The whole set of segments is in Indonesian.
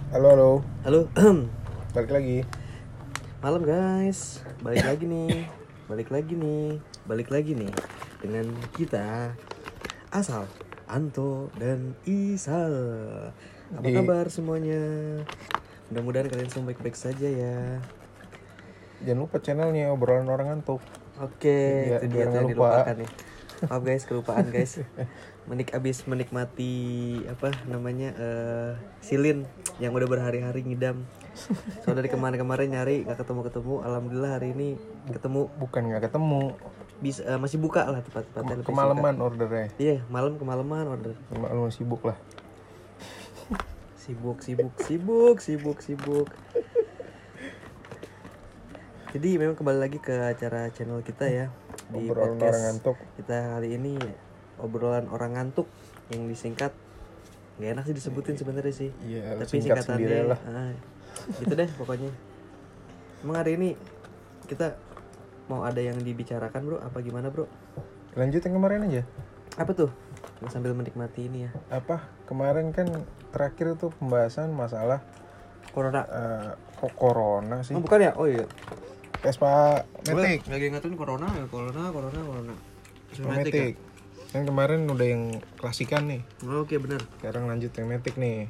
Halo, halo. Halo, Balik lagi. malam guys, balik lagi nih dengan kita Asal, Anto, dan Isal. Apa kabar semuanya? Mudah-mudahan kalian semua baik-baik saja ya. Jangan lupa channelnya obrolan orang ngantuk. Oke, Biar itu dia tuh nggak yang lupa. dilupakan nih. Maaf guys, kelupaan guys. Abis menikmati apa namanya silin yang udah berhari-hari ngidam. Soalnya dari kemarin-kemarin nyari nggak ketemu. Alhamdulillah hari ini ketemu. Bukan nggak ketemu. Bisa masih buka lah tempat-tempatnya. Kemalaman ordernya. Iya, kemalaman order. Malam sibuk lah. Sibuk. Jadi memang kembali lagi ke acara channel kita ya di Obrolan podcast orang ngantuk. kita kali ini, obrolan orang ngantuk yang disingkat. Nggak enak sih disebutin sebenarnya sih. Iya, Tapi singkat singkatannya sendiri lah. Gitu deh pokoknya. Emang hari ini kita mau ada yang dibicarakan bro? Apa gimana bro? Lanjut yang kemarin aja. Apa tuh? Sambil menikmati ini ya. Apa? Kemarin kan terakhir tuh pembahasan masalah Corona. kok corona sih. Oh bukan ya? Oh iya. Vespa Matic. Lagi ngatuin corona. Vespa Matic. Kan kemarin udah yang klasikan nih. Oh, oke benar. Sekarang lanjut yang Matic nih.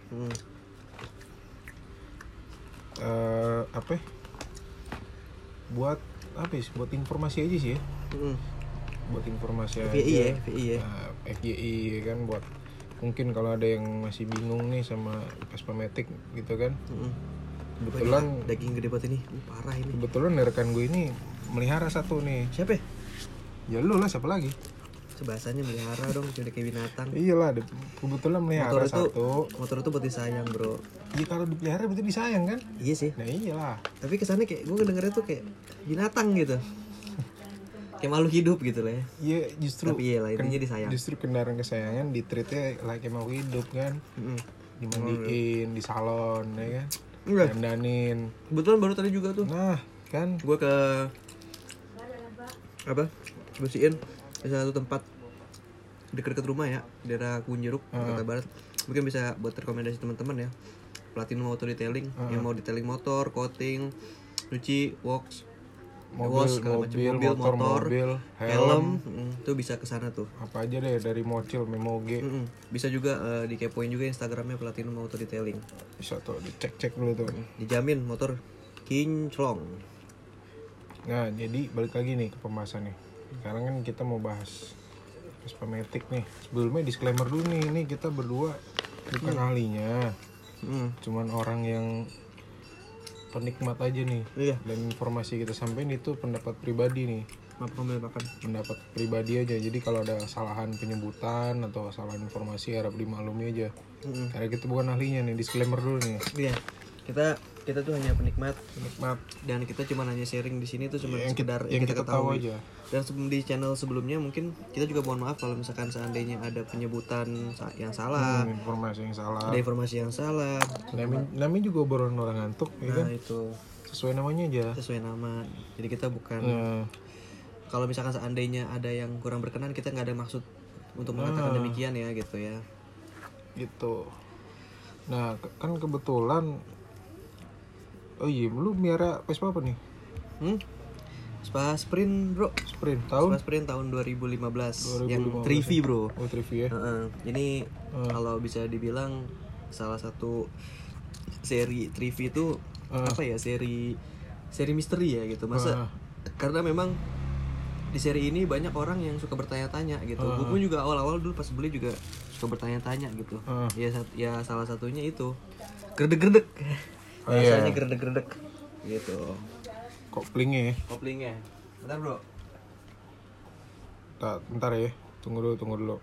Apa ya? Buat apa sih? Buat informasi aja sih ya. Buat informasi FYI aja. ya, FYI ya. FYI ya kan, buat mungkin kalau ada yang masih bingung nih sama Vespa Matic gitu kan. Kebetulan Daging gede banget ini. Parah ini. Kebetulan rekan gue ini melihara satu nih. Siapa ya? Ya lu lah, siapa lagi? Sebahasanya melihara dong, jadi kayak binatang. Iyalah, kebetulan melihara satu. Motor itu buat disayang bro. Iya, kalau dipelihara berarti disayang kan? Iya sih. Nah iyalah. Tapi kesannya kayak gue dengernya tuh kayak binatang gitu. Kayak makhluk hidup gitu lah ya. Iya, justru. Tapi iya lah, intinya disayang. Justru kendaraan kesayangan ditreatnya kayak makhluk hidup kan. Dimandiin, di salon ya kan. Dandanin. Kebetulan baru tadi juga tuh. Nah kan, Gue ke bersihin di satu tempat dekat-dekat rumah ya, daerah Kebun Jeruk, Jakarta Barat. Mungkin bisa buat rekomendasi teman-teman ya. Platinum Auto Detailing yang mau detailing motor, coating, cuci, wax, mobil, motor, helm, tuh bisa ke sana tuh. apa aja deh, dari Mocil, Memoge. Bisa juga dikepoin juga Instagramnya Platinum Auto Detailing. Bisa tuh dicek dulu tuh. Dijamin motor kinclong. Nah jadi balik lagi nih ke pembahasan nih. Sekarang kan kita mau bahas Vespa Matic nih. Sebelumnya disclaimer dulu nih, ini kita berdua bukan ahlinya, cuman orang yang penikmat aja nih. Iya. Dan informasi kita sampein itu pendapat pribadi nih. Pendapat pribadi aja. Jadi kalau ada kesalahan penyebutan atau kesalahan informasi harap dimaklumi aja. Karena kita bukan ahlinya nih, disclaimer dulu nih. Iya. Kita tuh hanya penikmat dan kita cuma hanya sharing di sini tuh cuma sekedar yang kita tahu ketahui aja. Dan di channel sebelumnya mungkin kita juga mohon maaf kalau misalkan seandainya ada penyebutan yang salah, informasi yang salah. ada informasi yang salah. Namanya juga obrolan orang ngantuk ya kan. Itu Sesuai namanya aja. sesuai nama. Jadi kita bukan kalau misalkan seandainya ada yang kurang berkenan, kita nggak ada maksud untuk mengatakan demikian ya gitu ya. Gitu. Nah kan kebetulan, oh iya, lu miara Vespa apa nih? Vespa Sprint bro. Vespa Sprint tahun 2015. Yang 3V bro. Oh 3V ya. Ini kalau bisa dibilang salah satu seri 3V itu apa ya, seri misteri ya gitu. Masa karena memang di seri ini banyak orang yang suka bertanya-tanya gitu. Gue pun juga awal-awal dulu pas beli juga suka bertanya-tanya gitu. Ya salah satunya itu gerdek-gerdek. Rasanya gerdek-gerdek gitu. Koplingnya. Bentar bro. Bentar ya. Tunggu dulu.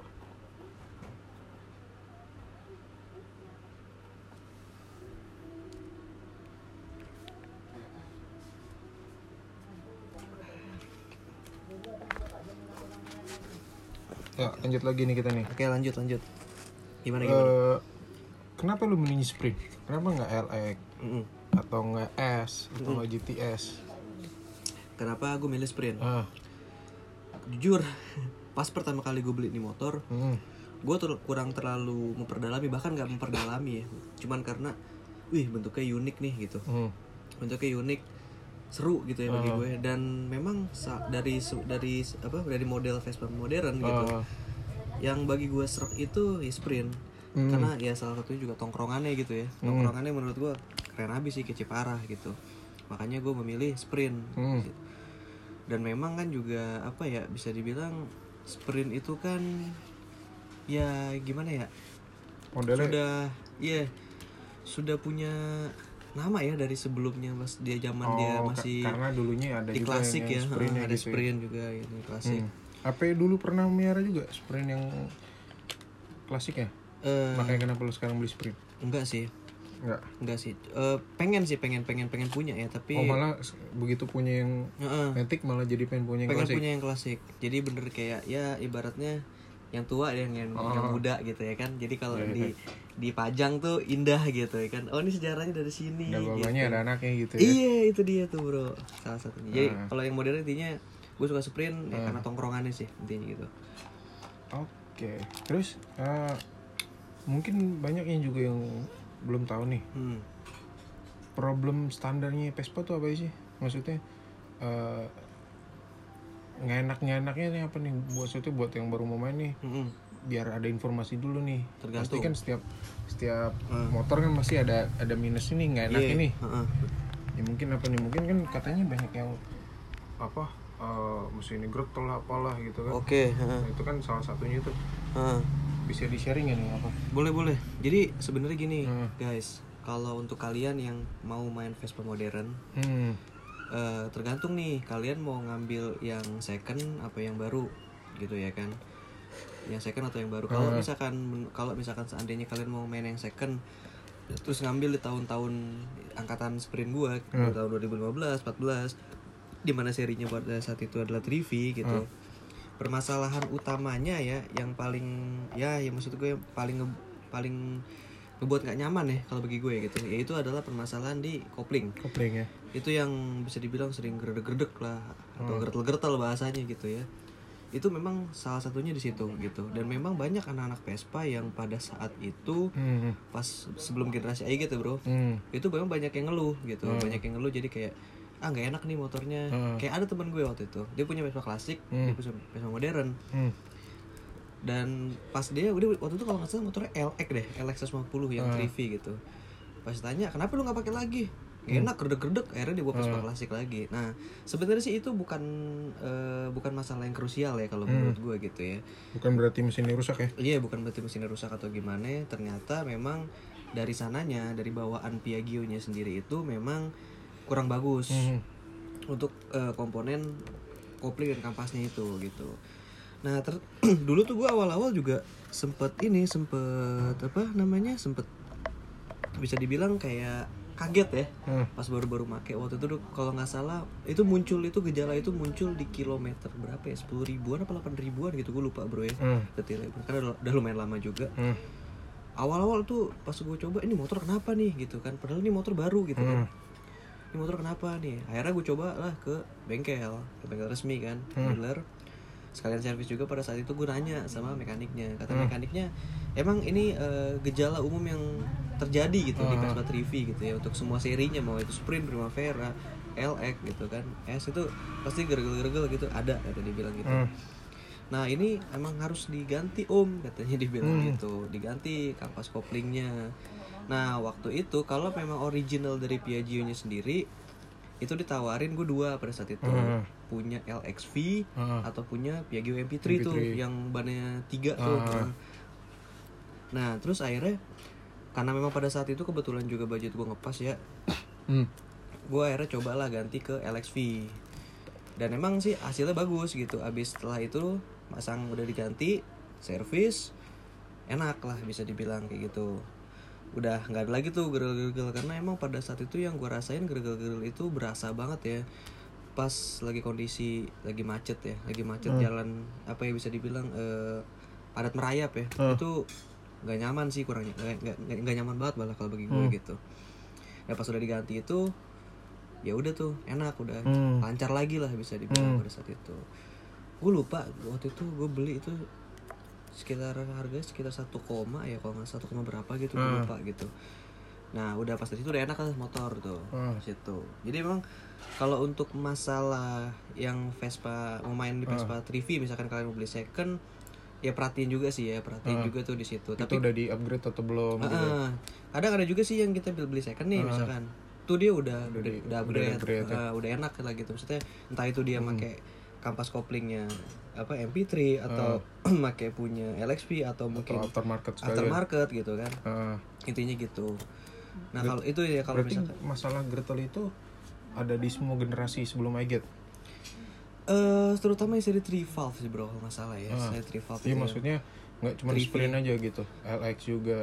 Ya, lanjut lagi nih kita nih. Oke, lanjut. Gimana? Kenapa lu milih Sprint? Kenapa nggak LX? Atau nggak S? Atau nggak GTS? Kenapa gue milih Sprint? Jujur, pas pertama kali gue beli ini motor, gue kurang terlalu memperdalami, bahkan nggak memperdalami ya. Cuman karena wih bentuknya unik nih gitu. Bentuknya unik, seru gitu ya bagi gue. Dan memang dari model Vespa modern gitu, yang bagi gue serak itu ya sprint. Karena ya salah satunya juga tongkrongannya gitu ya. Tongkrongannya menurut gue keren abis sih, kece parah gitu. Makanya gue memilih sprint. Dan memang kan juga apa ya, bisa dibilang sprint itu kan ya gimana ya, modelnya sudah punya nama ya dari sebelumnya, mas dia zaman dia masih karena dulunya ada di juga klasik ya, ada gitu sprint juga ini klasik. Apa dulu pernah miara juga sprint yang klasik ya? Makanya kenapa lu sekarang beli sprint? Enggak sih. Pengen punya ya, tapi malah begitu punya yang Matic malah jadi pengen punya yang klasik. Jadi bener kayak ya ibaratnya yang tua yang muda gitu ya kan. Jadi kalau dipajang tuh indah gitu ya kan. Oh ini sejarahnya dari sini. Dan bapaknya ada anaknya gitu ya. Iya itu dia tuh bro, salah satunya. Jadi kalau yang modern intinya gue suka sprint ya karena tongkrongannya sih intinya gitu. Oke. Terus mungkin banyak yang juga yang belum tahu nih. Problem standarnya Vespa tuh apa sih? Maksudnya nggak enaknya nih apa nih buat yang baru mau main nih. Biar ada informasi dulu nih. Pasti kan setiap motor kan masih ada minus ini, nggak enak ini. Ya mungkin apa nih? Mungkin kan katanya banyak yang apa mesin ini gretel apalah gitu kan. Nah, itu kan salah satunya tuh. Bisa di-sharing ya nih apa? Boleh. Jadi sebenarnya gini, guys. Kalau untuk kalian yang mau main Vespa modern, tergantung nih kalian mau ngambil yang second apa yang baru gitu ya kan. Yang second atau yang baru. Kalau misalkan seandainya kalian mau main yang second terus ngambil di tahun-tahun angkatan sprint gua, tahun 2015, 14 di mana serinya pada saat itu adalah 3V gitu. Permasalahan utamanya ya yang paling ya maksud gue paling ngebuat nggak nyaman ya kalau bagi gue gitu, yaitu adalah permasalahan di kopling ya. Itu yang bisa dibilang sering gerdek lah atau gertel bahasanya gitu ya. Itu memang salah satunya di situ gitu. Dan memang banyak anak-anak Vespa yang pada saat itu pas sebelum generasi AI gitu bro, itu memang banyak yang ngeluh gitu. Banyak yang ngeluh jadi kayak nggak enak nih motornya. Kayak ada teman gue waktu itu, dia punya Vespa klasik, dia punya Vespa modern. Dan pas dia waktu itu kalau nggak salah motornya LX 150 yang 3V gitu. Pas tanya kenapa lu nggak pakai lagi, gak enak gerdek akhirnya dia buat Vespa klasik lagi. Nah sebenarnya sih itu bukan masalah yang krusial ya kalau menurut gue gitu ya. Bukan berarti mesinnya rusak ya? Iya, bukan berarti mesinnya rusak atau gimana. Ternyata memang dari sananya, dari bawaan Piaggio-nya sendiri itu memang kurang bagus untuk komponen kopling dan kampasnya itu gitu. Nah dulu tuh gue awal-awal juga sempet bisa dibilang kayak kaget ya pas baru-baru make waktu itu. Kalau nggak salah itu gejala itu muncul di kilometer berapa ya, 10 ribuan apa 8 ribuan gitu, gue lupa bro ya detailnya karena udah lumayan lama juga. Awal-awal tuh pas gue coba ini motor kenapa nih gitu kan, padahal ini motor baru gitu kan, ini motor kenapa nih. Akhirnya gue coba lah ke bengkel resmi kan, dealer sekalian servis juga. Pada saat itu gue nanya sama mekaniknya, kata mekaniknya emang ini gejala umum yang terjadi gitu di Vespa 3V gitu ya, untuk semua serinya, mau itu Sprint, Primavera, LX gitu kan, S itu pasti gergel-gergel gitu ada, kata dia bilang gitu. Nah ini emang harus diganti om, katanya dibilang gitu, diganti kampas koplingnya. Nah waktu itu kalau memang original dari Piaggio-nya sendiri itu ditawarin gue dua pada saat itu, punya LXV atau punya Piaggio MP3 tuh yang bannya 3 tuh. Nah terus akhirnya karena memang pada saat itu kebetulan juga budget gue ngepas ya, gue akhirnya cobalah ganti ke LXV. Dan emang sih hasilnya bagus gitu. Abis setelah itu masang udah diganti, servis enak lah bisa dibilang kayak gitu. Udah nggak ada lagi tuh gerel-gerel, karena emang pada saat itu yang gue rasain gerel-gerel itu berasa banget ya pas lagi kondisi lagi macet jalan apa ya bisa dibilang padat merayap ya. Itu nggak nyaman sih, kurangnya nggak nyaman banget malah kalau bagi gue gitu. Ya pas udah diganti itu ya udah tuh enak, udah lancar lagi lah bisa dibilang pada saat itu. Gue lupa waktu itu gue beli itu sekitar harga sekitar 1, ya kalau nggak 1, berapa gitu gue lupa gitu. Nah udah pas dari situ udah enak lah motor tuh situ. Jadi memang kalau untuk masalah yang Vespa mau main di Vespa Trivi, misalkan kalian mau beli second, ya perhatiin juga sih ya, juga tuh di situ. Tapi itu udah di upgrade atau belum? Gitu. Kadang ada juga sih yang kita beli second nih misalkan, tuh dia udah upgrade, udah enak lah gitu. Maksudnya entah itu dia pakai kampas koplingnya apa MP3 atau pakai punya LXP atau mungkin aftermarket gitu kan. Intinya gitu. Nah kalau itu ya, kalau misalkan masalah Gretel itu ada di semua generasi sebelum iGet. Terutama yang seri 3 valve sih bro, kalau nggak salah ya. Seri 3 valve. Iya maksudnya nggak cuma sprint aja gitu. LX juga,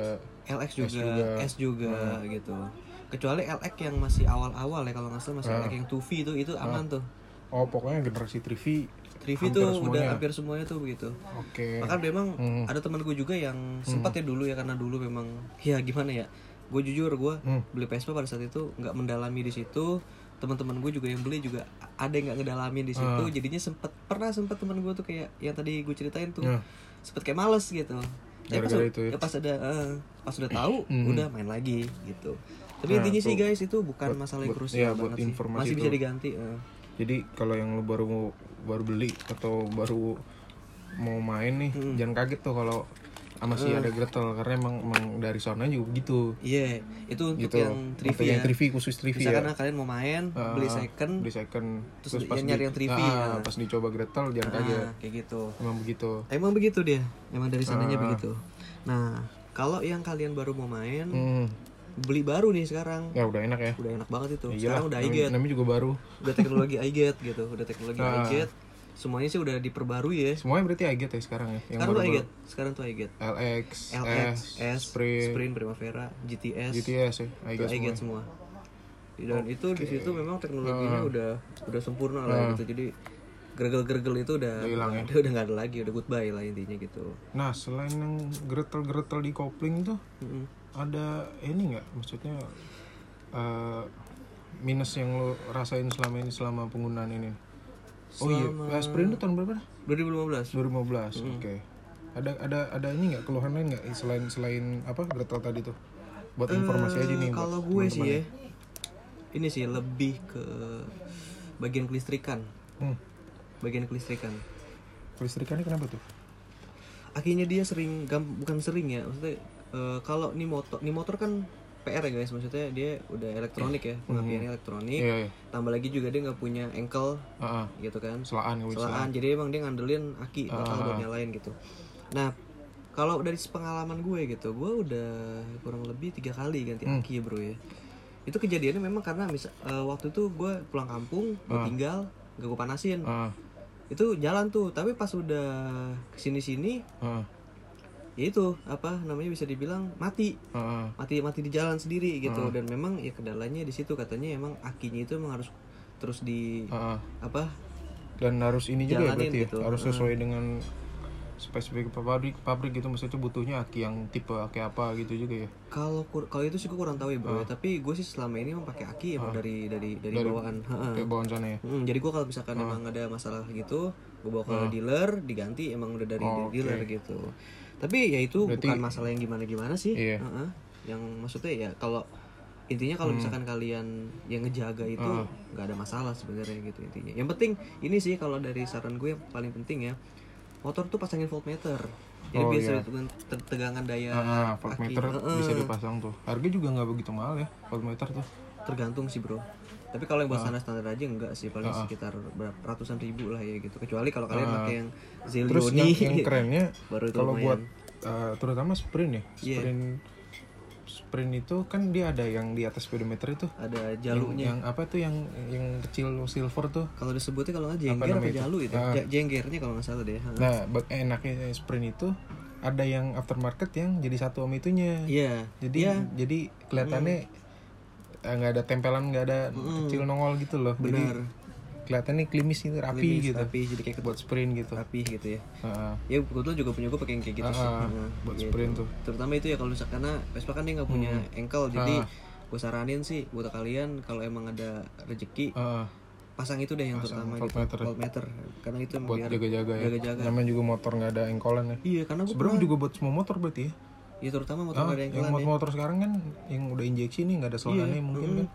S juga gitu. Kecuali LX yang masih awal-awal ya, kalau nggak salah masih LX yang 2V itu aman tuh. Oh pokoknya generasi 3V tuh semuanya. Udah hampir semuanya tuh begitu. Oke. Bahkan memang ada teman gue juga yang sempat ya dulu ya, karena dulu memang ya gimana ya. Gue jujur beli Vespa pada saat itu nggak mendalami di situ. Teman-teman gue juga yang beli juga ada yang nggak ngedalamin di situ. Jadinya pernah teman gue tuh kayak yang tadi gue ceritain tuh sempet kayak males gitu. Gara-gara itu ya. Pas udah tahu udah main lagi gitu. Tapi intinya sih guys, itu bukan masalah yang krusial banget sih. Masih bisa diganti. Jadi kalau yang lu baru beli atau baru mau main nih, jangan kaget tuh kalau masih ada Gretel, karena emang dari sana juga begitu. Iya, itu untuk gitu. Yang Trivi ya. Yang Trivi, khusus Trivi misalkan ya. Kalian mau main, beli second, terus pas nyari yang Trivi. Pas dicoba Gretel jangan kaget. Kayak gitu. Emang begitu dia. Emang dari sananya begitu. Nah, kalau yang kalian baru mau main, beli baru nih sekarang. Ya udah enak ya. Udah enak banget itu. Iyalah, sekarang udah iGet. Namanya juga baru. Udah teknologi iGet gitu. iGet. Semuanya sih udah diperbarui ya. Semuanya berarti iGet ya sekarang ya. Sekarang tuh iGet. LX, S, Sprint, Primavera, GTS ya. iGet semua. Dan itu di situ memang teknologinya udah sempurna lah gitu. Jadi gergel itu udah hilang ya. Udah nggak ada lagi, udah goodbye lah intinya gitu. Nah selain yang gretel di kopling tuh, ada ini nggak? Maksudnya minus yang lo rasain selama penggunaan ini? Oh iya, Sprint itu tahun berapa? 2015. Oke. Ada ini nggak, keluhan lain nggak selain apa gretel tadi tuh? Buat informasi aja nih. Kalau gue sih ya, ini sih lebih ke bagian kelistrikan. Kelistrikannya kenapa tuh? Akhirnya dia bukan sering ya, maksudnya kalau nih motor kan PR ya guys, maksudnya dia udah elektronik ya, pengapiannya elektronik. Tambah lagi juga dia nggak punya ankle gitu kan, selaan, jadi emang dia ngandelin aki bakal buat nyalain gitu. Nah kalau dari pengalaman gue gitu, gue udah kurang lebih 3 kali ganti aki ya bro ya. Itu kejadiannya memang karena waktu itu gue pulang kampung, gue tinggal, gak gue panasin. Itu jalan tuh, tapi pas udah kesini ya itu apa namanya, bisa dibilang mati di jalan sendiri gitu. Dan memang ya kendalanya di situ, katanya emang akinya itu emang harus terus dan harus ini juga ya berarti gitu. Harus sesuai dengan spesifik pabrik gitu, maksudnya butuhnya aki yang tipe aki apa gitu juga ya. Kalau itu sih gue kurang tahu ya bro, tapi gue sih selama ini emang pakai aki emang dari bawaan sana ya. Jadi gue kalau misalkan emang ada masalah gitu, gue bawa ke dealer diganti, emang udah dari dealer gitu. Tapi ya itu berarti bukan masalah yang gimana sih. Yang maksudnya ya kalau intinya kalau misalkan kalian yang ngejaga itu nggak ada masalah sebenarnya gitu intinya. Yang penting ini sih kalau dari saran gue yang paling penting ya, motor tuh pasangin voltmeter. Jadi biasa dengan tegangan daya voltmeter bisa dipasang tuh. Harga juga nggak begitu mahal ya voltmeter tuh. Tergantung sih bro. Tapi kalau yang buat standar aja enggak sih, paling sekitar ratusan ribu lah ya gitu. Kecuali kalau kalian pakai yang Zelioni. Terus yang kerennya kalau buat terutama sprint ya. Sprint itu kan dia ada yang di atas speedometer itu. Ada jalurnya. Yang apa tuh yang kecil silver tuh. Kalau disebutnya kalau nggak jengger apa jalu itu. Jenggernya kalau nggak salah deh. Nah, enaknya sprint itu ada yang aftermarket yang jadi satu sama itunya. Iya. Jadi kelihatannya nggak ada tempelan, nggak ada kecil nongol gitu loh. Benar. Jadi kelihatannya klimis gitu, rapi, jadi kayak buat sprint gitu. Rapi gitu ya. Ya kebetulan juga punya gue pakai yang kayak gitu sih. Buat gitu. Sprint tuh. Terutama itu ya kalau misalkan karena Vespa kan dia nggak punya ankle, jadi gue saranin sih buat kalian kalau emang ada rezeki pasang itu deh yang terutama voltmeter. Karena itu buat jaga-jaga ya. Namanya juga motor nggak ada engkolan ya. Iya, karena sebenarnya juga buat semua motor berarti ya. Ya terutama motor nggak ada yang yang motor sekarang kan yang udah injeksi nih nggak ada selokannya mungkin kan.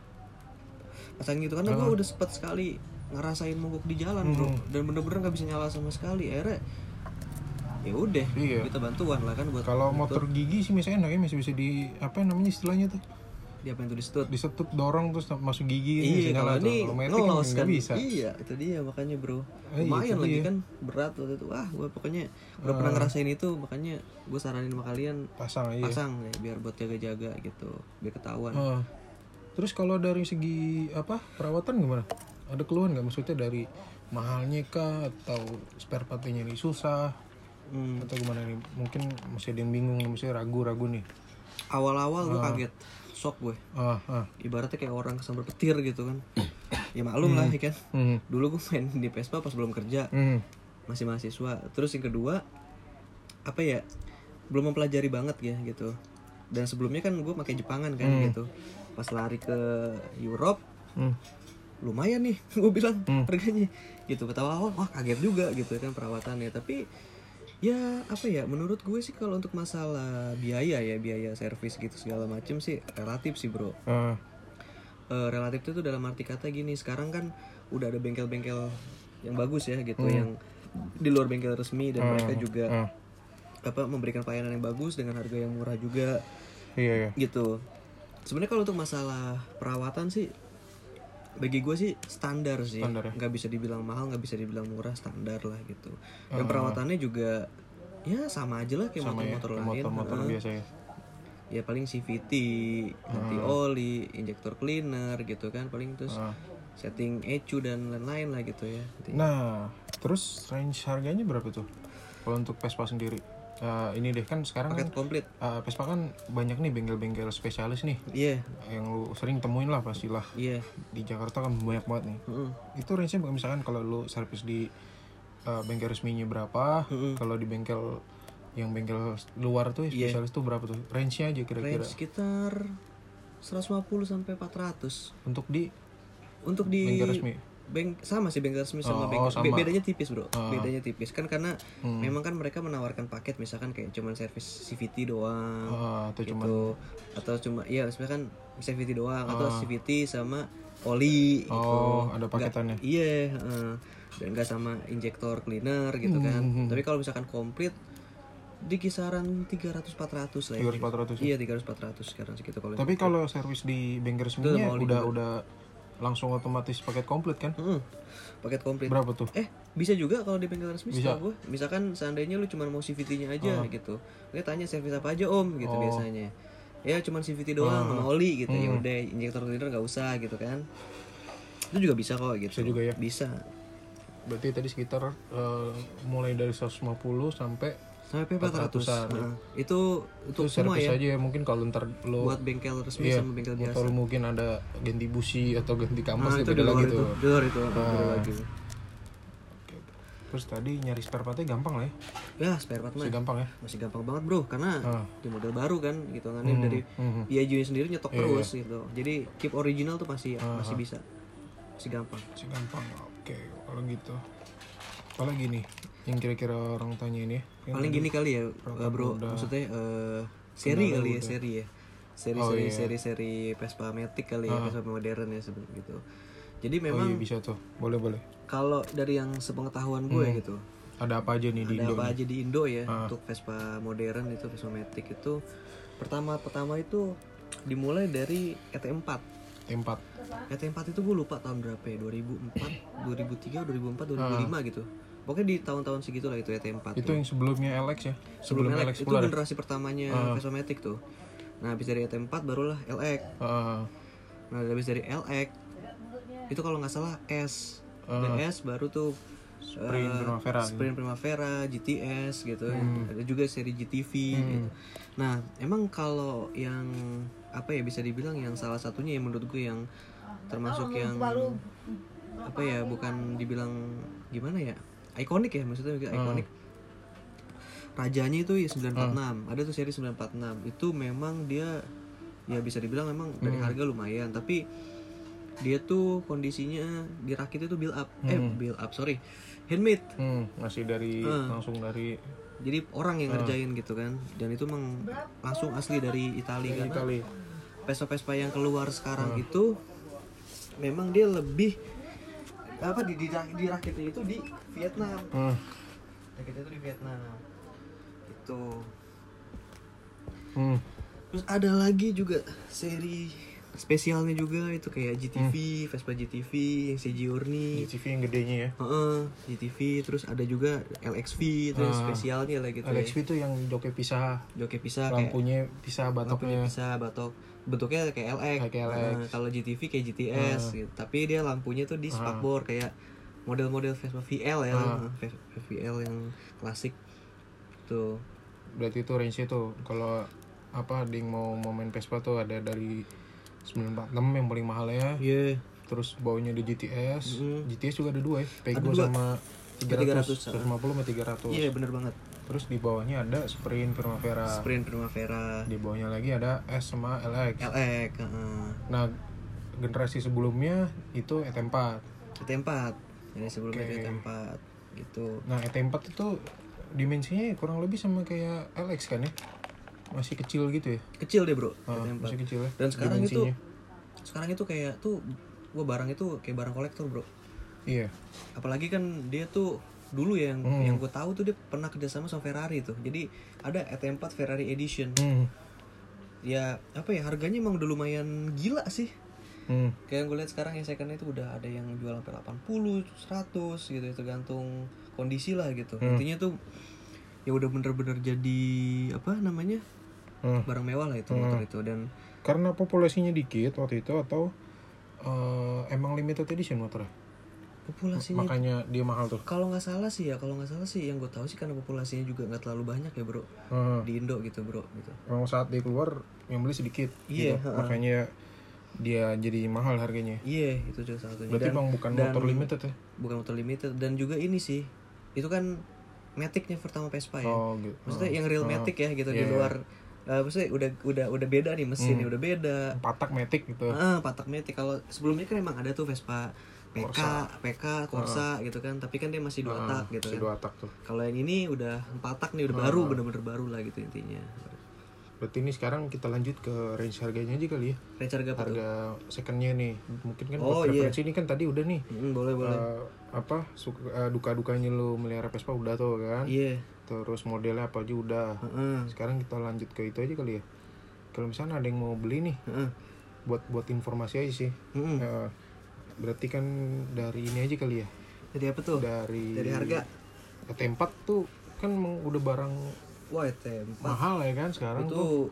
Pasang gitu karena gue udah sempat sekali ngerasain mogok di jalan bro, dan bener-bener nggak bisa nyala sama sekali. Akhirnya ya udah kita bantuan lah kan buat. Kalau motor gigi sih misalnya enaknya masih bisa di apa namanya istilahnya tuh, dia apa yang tuh disetut dorong terus masuk gigi iya, nyala tuh. Kalau metik kan nggak bisa. Iya itu dia makanya bro, lumayan lagi kan berat waktu itu. Wah gue pokoknya udah pernah ngerasain itu, makanya gue saranin sama kalian pasang ya, biar buat jaga-jaga gitu, biar ketahuan. Terus kalau dari segi apa perawatan gimana? Ada keluhan nggak, maksudnya dari mahalnya kah atau spare partnya ini susah atau gimana nih? Mungkin masih ada yang bingung, masih ragu-ragu nih. Awal-awal gue kaget, shock gue. Ibaratnya kayak orang kesambar petir gitu kan. Ya maklum lah ya kan. Dulu gue main di Vespa pas belum kerja, masih mahasiswa. Terus yang kedua apa ya, belum mempelajari banget ya gitu. Dan sebelumnya kan gue pakai Jepangan kan gitu. Pas lari ke Europe, lumayan nih gue bilang harganya gitu. Pertama awal wah kaget juga gitu kan perawatannya. Tapi ya apa ya, menurut gue sih kalau untuk masalah biaya servis gitu segala macem sih relatif sih bro. Relatif itu dalam arti kata gini, sekarang kan udah ada bengkel-bengkel yang bagus ya gitu, yang di luar bengkel resmi, dan mereka juga apa memberikan pelayanan yang bagus dengan harga yang murah juga. Gitu. Sebenarnya kalau untuk masalah perawatan sih bagi gue sih standar sih, nggak bisa dibilang mahal, nggak bisa dibilang murah, standar lah gitu. Dan perawatannya juga ya sama aja lah kayak motor-motor lain, motor biasa ya. Ya paling CVT, ganti oli, injektor cleaner gitu kan paling, terus setting ECU dan lain-lain lah gitu ya. Nah terus range harganya berapa tuh kalau untuk Vespa sendiri? Ini deh kan sekarang paket komplit. Vespa kan banyak nih bengkel-bengkel spesialis nih. Yang lu sering temuin lah pastilah. Di Jakarta kan banyak banget nih. Itu range-nya misalkan kalau lu servis di bengkel resminya berapa, kalau di bengkel luar tuh spesialis tuh berapa tuh? Range-nya aja kira-kira. Range sekitar 150 sampai 400. Untuk di bengkel resmi. Sama sih bengkel resmi sama bengkel. Bedanya tipis bro. Bedanya tipis kan karena memang kan mereka menawarkan paket misalkan kayak cuman servis CVT doang atau gitu. Atau cuma ya misalkan CVT doang atau CVT sama oli gitu. Ada paketannya. Dan nggak sama injektor cleaner gitu kan. Tapi kalau misalkan komplit di kisaran 300-400 lah ya. 300-400 Iya 300-400 sekarang segitu kalau. Tapi kalau servis di bengkel resminya udah langsung otomatis paket komplit kan? Paket komplit. Berapa tuh? Bisa juga kalau di bengkel resmi setahu gue. Misalkan seandainya lu cuma mau CVT-nya aja gitu. Dia tanya servis apa aja om gitu biasanya. Ya cuma CVT doang sama oli gitu. Ya udah injektor cleaner enggak usah gitu kan. Itu juga bisa kok gitu. Bisa juga ya? Bisa. Berarti tadi sekitar mulai dari 150 sampai 400-an. Itu semua ya. Aja mungkin kalau ntar lo buat bengkel resmi sama bengkel biasa. Atau mungkin ada ganti busi atau ganti kampas itu beda lagi tuh. Beda lagi. Terus tadi nyari spare partnya gampang lah ya? Ya spare part masih gampang ya? Masih gampang banget bro, karena di model baru kan gitu kan, dari IAJ sendiri nyetok terus gitu. Jadi keep original tuh masih bisa, masih gampang. Oke, kalau gitu. Apalagi nih yang kira-kira orang tanya ini ya? Paling gini kali ya bro, maksudnya seri kali ya, seri Vespa Matic kali ya, Vespa modern ya gitu. Jadi memang bisa tuh, boleh. Kalau dari yang sepengetahuan gue gitu, ada apa aja nih di Indo? Ada apa aja di Indo ya untuk Vespa modern itu, Vespa Matic itu pertama itu dimulai dari ET4. ET4 itu gue lupa tahun berapa ya, 2004, 2003, 2004, 2005 gitu. Pokoknya di tahun-tahun segitu lah itu ET4. Itu yang sebelumnya LX ya? Sebelum LX itu generasi pertamanya Vespa Matic tuh. Nah habis dari ET4 barulah LX. Nah habis dari LX itu kalau nggak salah S. S baru tuh Sprint Primavera, GTS gitu. Ada juga seri GTV gitu. Nah emang kalau yang apa ya, bisa dibilang yang salah satunya yang menurut gue yang termasuk yang apa ya, bukan dibilang gimana ya, ikonik ya, maksudnya ikonik. Rajanya itu ya 946. Ada tuh seri 946. Itu memang dia ya bisa dibilang memang dari harga lumayan, tapi dia tuh kondisinya dirakit itu handmade. Masih dari langsung dari, jadi orang yang ngerjain gitu kan, dan itu emang langsung asli dari Italia kan. Vespa-Vespa yang keluar sekarang itu memang dia lebih apa dirakitnya itu di Vietnam. Rakitnya itu di Vietnam gitu. Terus ada lagi juga seri spesialnya juga itu kayak GTV, Vespa GTV yang Giorni. GTV yang gedenya ya. GTV, terus ada juga LXV terus spesialnya lah gitu. LXV tuh yang joknya pisah, lampunya pisah, batoknya pisah, batok bentuknya kayak LX. Kalau GTV kayak GTS gitu. Tapi dia lampunya tuh di spakbor kayak model-model Vespa VL ya. Vespa VL yang klasik tuh. Berarti itu range-nya tuh kalau apa ada yang mau main Vespa tuh ada dari 946 yang paling mahalnya. Terus bawahnya ada GTS. GTS juga ada 2 ya. Pego sama 300. 150 sama 300. Iya, bener banget. Terus di bawahnya ada Sprint Primavera. Di bawahnya lagi ada S sama LX. Nah, generasi sebelumnya itu ET4. Ini sebelumnya ET4 gitu. Nah, ET4 itu dimensinya kurang lebih sama kayak LX kan ya? Masih kecil gitu ya? Kecil deh bro, masih kecil ya. Dan sekarang itu kayak tuh gua barang itu kayak barang kolektor bro. Iya. Apalagi kan dia tuh dulu yang gue tahu tuh dia pernah kerjasama sama Ferrari tuh. Jadi ada ET4 Ferrari Edition. Ya apa ya, harganya emang udah lumayan gila sih. Kayak yang gue lihat sekarang yang second itu udah ada yang jual sampai 80, 100 gitu, tergantung kondisi lah gitu. Intinya tuh ya udah bener-bener jadi apa namanya, barang mewah lah itu motor itu. Dan karena populasinya dikit waktu itu atau emang limited edition motornya? Populasinya makanya dia mahal tuh. Kalau nggak salah sih yang gue tahu sih karena populasinya juga nggak terlalu banyak ya bro di Indo gitu bro gitu. Kalau saat dia keluar yang beli sedikit. Iya. Gitu. Makanya dia jadi mahal harganya. Iya, itu juga salah satunya. Berarti emang bukan motor limited ya? Bukan motor limited, dan juga ini sih, itu kan Matic-nya pertama Vespa ya. Gitu. Maksudnya yang real Matic ya gitu, di luar. Maksudnya udah beda nih mesinnya, udah beda. Patak Matic gitu. Patak Matic. Kalau sebelumnya kan emang ada tuh Vespa PK, Corsa gitu kan, tapi kan dia masih 2 tak gitu masih kan. 2 tak tuh. Kalau yang ini udah 4 tak nih, udah baru, bener-bener baru lah gitu intinya. Berarti ini sekarang kita lanjut ke range harganya aja kali ya. Range harga secondnya nih. Mungkin kan preferensi ini kan tadi udah nih. Boleh. Duka-dukanya lu melihara Vespa udah tuh kan. Iya. Terus modelnya apa aja udah. Sekarang kita lanjut ke itu aja kali ya. Kalau misalnya ada yang mau beli nih, buat informasi aja sih. Berarti kan dari ini aja kali ya. Dari apa tuh? Dari harga. ET4 tuh kan udah barang ET4 mahal ya kan sekarang itu tuh.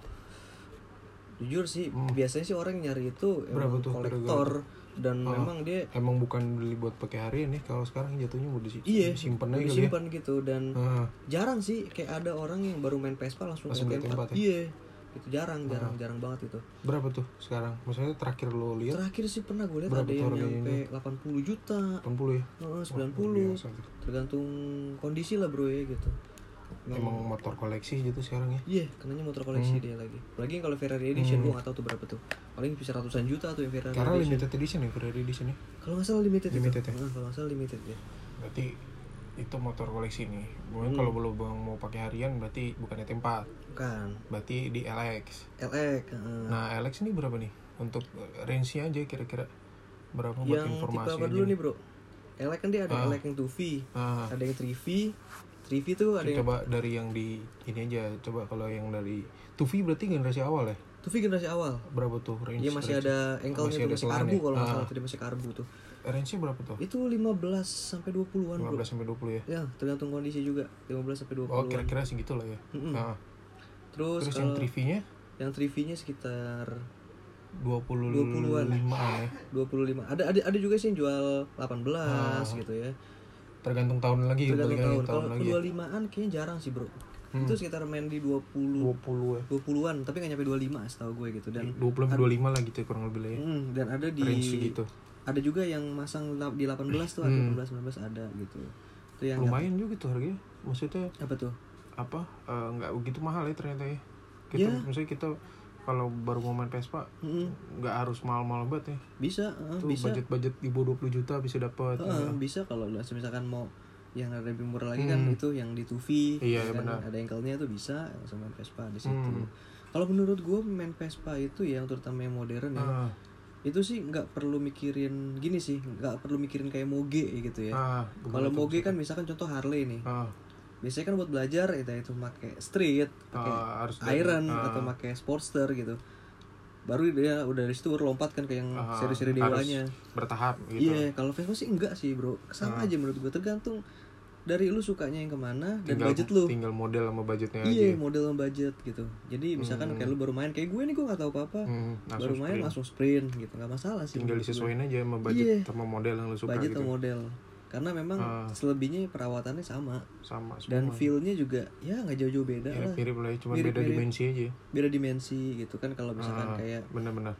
Jujur sih, biasanya sih orang nyari itu emang kolektor. Dan memang dia emang bukan beli buat pakai harian nih. Kalau sekarang jatuhnya mau disimpan aja kali ya. Gitu. Dan jarang sih kayak ada orang yang baru main Vespa langsung ET4 ya? Iya. Itu jarang banget itu. Berapa tuh sekarang? Maksudnya terakhir lo lihat? Terakhir sih pernah gue lihat ada yang nyampe 80 juta. 80 ya? 90. Tergantung kondisi lah bro ya gitu. Emang motor koleksi gitu sekarang ya? Iya, kenanya motor koleksi dia lagi. Apalagi kalau Ferrari Edition, gue gak tahu tuh berapa tuh. Paling bisa ratusan juta tuh yang Ferrari Karena Edition. limited edition ya Ferrari Edition ya? Kalau gak salah limited ya? Kalau gak salah limited ya. Berarti itu motor koleksi nih. Mungkin kalau belum mau pakai harian berarti bukan ET4. Bukan. Berarti di LX. Nah, LX ini berapa nih? Untuk range-nya aja kira-kira berapa buat yang informasi? Yang tipe apa dulu nih, Bro? LX kan dia ada LX yang 2V, ada yang 3V. 3V tuh ada coba dari yang di ini aja. Coba kalau yang dari 2V berarti generasi awal ya? 2V generasi awal. Berapa tuh range? Iya, masih ada ankle-nya tuh, masih karbu kalau nggak salah, tadi masih karbu tuh. Range-nya berapa tuh? Itu 15 sampai 20-an, Bro. 15 sampai 20 ya? Ya, tergantung kondisi juga. 15 sampai 20-an. Oh, kira-kira segitu lah ya. Terus yang 3V-nya? Yang 3V-nya sekitar 20-an ya. 25. Ada juga sih yang jual 18 gitu ya. Tergantung tahun lagi. Tergantung tahun. Kalau 25-an kayaknya jarang sih, Bro. Itu sekitar main di 20-an, tapi nggak nyampe 25 setahu gue gitu. Dan 20-25 lah gitu kurang lebih lah ya. Dan ada di range gitu. Ada juga yang masang di 18 tuh, ada 18-19 ada gitu. Itu yang lumayan juga tuh harganya. Maksudnya apa tuh? Nggak begitu mahal ya ternyata ya. Misalnya kita kalau baru mau main Vespa nggak harus mahal-mahal banget ya. Bisa, Tuh, bisa. budget di bawah 20 juta bisa dapat. Bisa kalau misalkan mau yang ada lebih murah lagi kan itu yang di Tuvi, iya, kan benar. ada ankle-nya tuh bisa langsung main Vespa di situ. Kalau menurut gue main Vespa itu yang terutama yang modern ya, itu sih nggak perlu mikirin gini sih, nggak perlu mikirin kayak moge gitu ya. Kalau moge kan misalkan contoh Harley nih, biasanya kan buat belajar itu pakai street, pakai iron atau pakai sportster gitu. Baru dia udah dari situ lompat kan ke yang seri-seri dewanya. Bertahap gitu. Iya, kalau Vespa sih enggak sih bro, sama aja menurut gue, tergantung dari lu sukanya yang kemana dan budget lu. Tinggal model sama budgetnya aja. Iya, model sama budget gitu. Jadi misalkan kayak lu baru main kayak gue nih, gue nggak tahu apa-apa, baru main langsung sprint gitu, nggak masalah sih. Tinggal disesuaiin aja sama budget sama model yang lu suka budget gitu. Sama model. Karena memang selebihnya perawatannya sama semua. Dan feel-nya juga ya nggak jauh-jauh beda lah. Mirip lah, cuma beda dimensi aja. Beda dimensi gitu kan. Kalau misalkan kayak benar-benar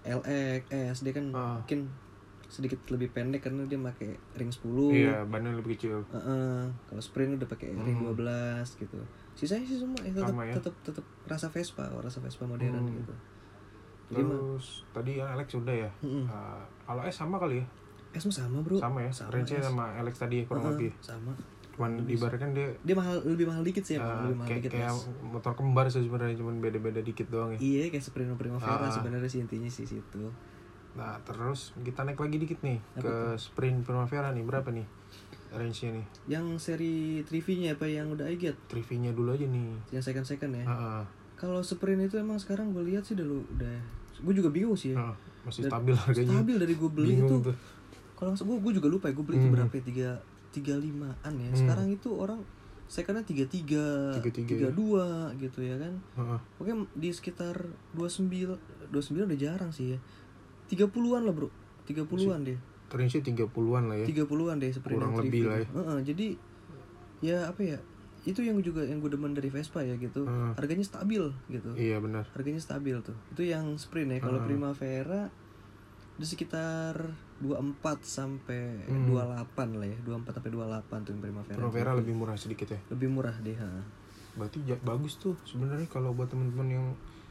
LX, dia kan mungkin sedikit lebih pendek karena dia pakai ring 10. Iya, bannya lebih kecil. Kalau sprint udah pakai ring 12 gitu. Sisanya sih semua tetap rasa Vespa modern gitu. Jadi terus tadi yang Alex udah ya. Kalau S sama kali ya? S mah sama bro. Sama ya. Range-nya sama Alex tadi kurang lebih. Sama. Cuman ibaratkan dia lebih mahal dikit sih ya, lebih mahal dikit. Kayak motor kembar sih sebenarnya, cuman beda-beda dikit doang ya. Iya, kayak Sprint Primavera sebenarnya sih intinya sih situ. Nah, terus kita naik lagi dikit nih ke Sprint Primavera nih, berapa nih range-nya nih? Yang seri Trivi-nya apa yang udah I-Get? Trivi-nya dulu aja nih. Yang second ya. Kalau Sprint itu emang sekarang gue lihat sih udah gue juga bingung sih ya. Masih stabil harganya. Stabil dari gue beli bingung itu. Kalau gue juga lupa ya, gue beli itu berapa ya, 35-an ya. Sekarang itu orang secondnya 33, 32 gitu ya kan. Oke, di sekitar 29 udah jarang sih ya. 30-an lah bro, 30-an deh. Range 30-an lah ya. 30-an deh Sprint. Kurang lebih lah ya. Jadi ya apa ya, itu yang gue demen dari Vespa ya gitu. Harganya stabil gitu. Iya benar. Harganya stabil tuh. Itu yang Sprint ya. Kalau Primavera di sekitar 24 sampai 28 lah ya. 24 sampai 28 tuh yang Primavera. Primavera lebih murah sedikit ya. Lebih murah deh, Berarti bagus tuh sebenarnya kalau buat teman-teman yang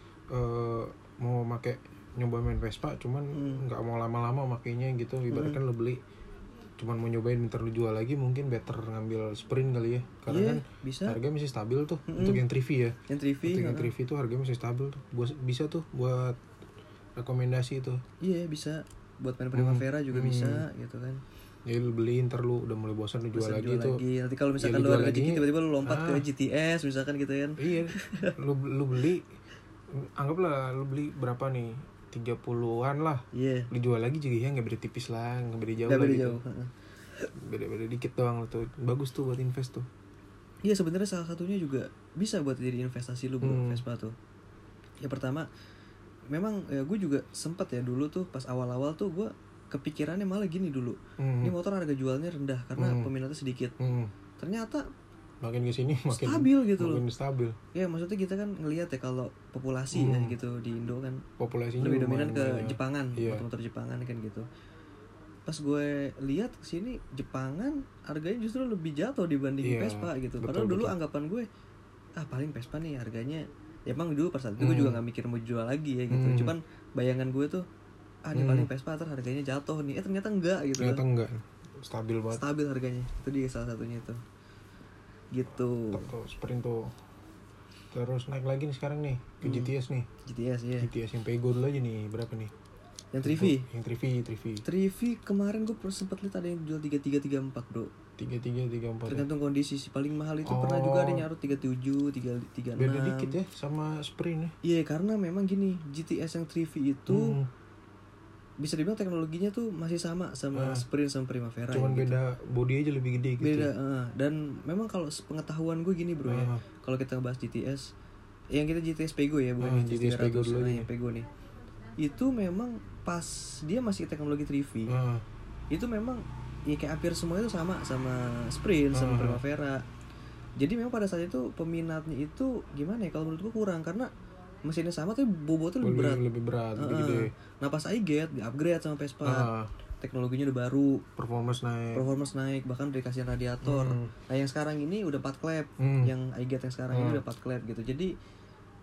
mau pakai nyoba main Vespa cuman nggak mau lama-lama makainya gitu. Ibaratkan lo beli cuman mau nyobain bentar lu jual lagi, mungkin better ngambil Sprint kali ya. Karena kan bisa. Harganya masih stabil tuh untuk yang Trivi ya. Yang Trivi tuh harganya masih stabil tuh. Bisa tuh buat rekomendasi tuh. Iya bisa buat main Primavera juga bisa gitu kan. Ya lu beli, ntar lu udah mulai bosan lu jual lagi tuh. Nanti kalau misalkan lu ada rezeki tiba-tiba lu lompat ke GTS misalkan gitu kan. Iya. lu beli, anggaplah lu beli berapa nih, 30-an lah. Iya. Lu jual lagi juga ya nggak beda tipis lah, nggak beda jauh lah gitu. Beda-beda dikit doang tuh. Bagus tuh buat invest tuh. Iya, sebenarnya salah satunya juga bisa buat jadi investasi lu bro, Vespa tuh. Ya pertama memang ya gue juga sempat ya dulu tuh pas awal-awal tuh gue kepikirannya malah gini dulu. Ini motor harga jualnya rendah karena peminatnya sedikit. Ternyata makin kesini makin stabil gitu makin loh. Stabil. Ya maksudnya kita kan ngelihat ya kalau populasi ya gitu di Indo kan populasinya lebih dominan ke Jepangan, motor-motor Jepangan kan gitu. Pas gue lihat kesini Jepangan harganya justru lebih jatuh dibanding Vespa gitu. Padahal dulu anggapan gue paling Vespa nih harganya ya emang dulu pas saat itu gue juga nggak mikir mau jual lagi ya gitu. Cuman bayangan gue tuh ini paling Vespa terus harganya jatuh nih. Ternyata enggak gitu. Ternyata enggak. Stabil banget. Stabil harganya. Itu dia salah satunya itu. Gitu. Tuh Sprint tuh. Terus naik lagi nih sekarang nih ke GTS nih. GTS yang Pego dulu aja nih, berapa nih? Yang Trivi. Yang Trivi. Trivi kemarin gue sempat lihat ada yang jual 3334 bro. 3334. Tergantung kondisi sih. Paling mahal itu pernah juga ada nyaruh 37, 36. Beda dikit ya sama Sprint ya. Iya, karena memang gini, GTS yang Trivi itu bisa dibilang teknologinya tuh masih sama Sprint sama Primavera. Cuman gitu. beda body aja lebih gede gitu. Beda, dan memang kalau pengetahuan gue gini bro ya. Kalau kita ngebahas GTS, yang kita GTS Pego ya, bukan GTS Pego dulu yang Pego nih. Itu memang pas dia masih teknologi Trivi. Itu memang ya kayak hampir semua itu sama Sprint sama Primavera. Jadi memang pada saat itu peminatnya itu gimana ya, kalau menurut gue kurang karena mesinnya sama tapi bobotnya lebih berat, lebih gede. Nah pas I-Get di upgrade sama Vespa, teknologinya udah baru, performance naik, bahkan dikasih radiator. Nah yang sekarang ini udah 4 klep, yang I-Get yang sekarang ini udah 4 klep gitu. Jadi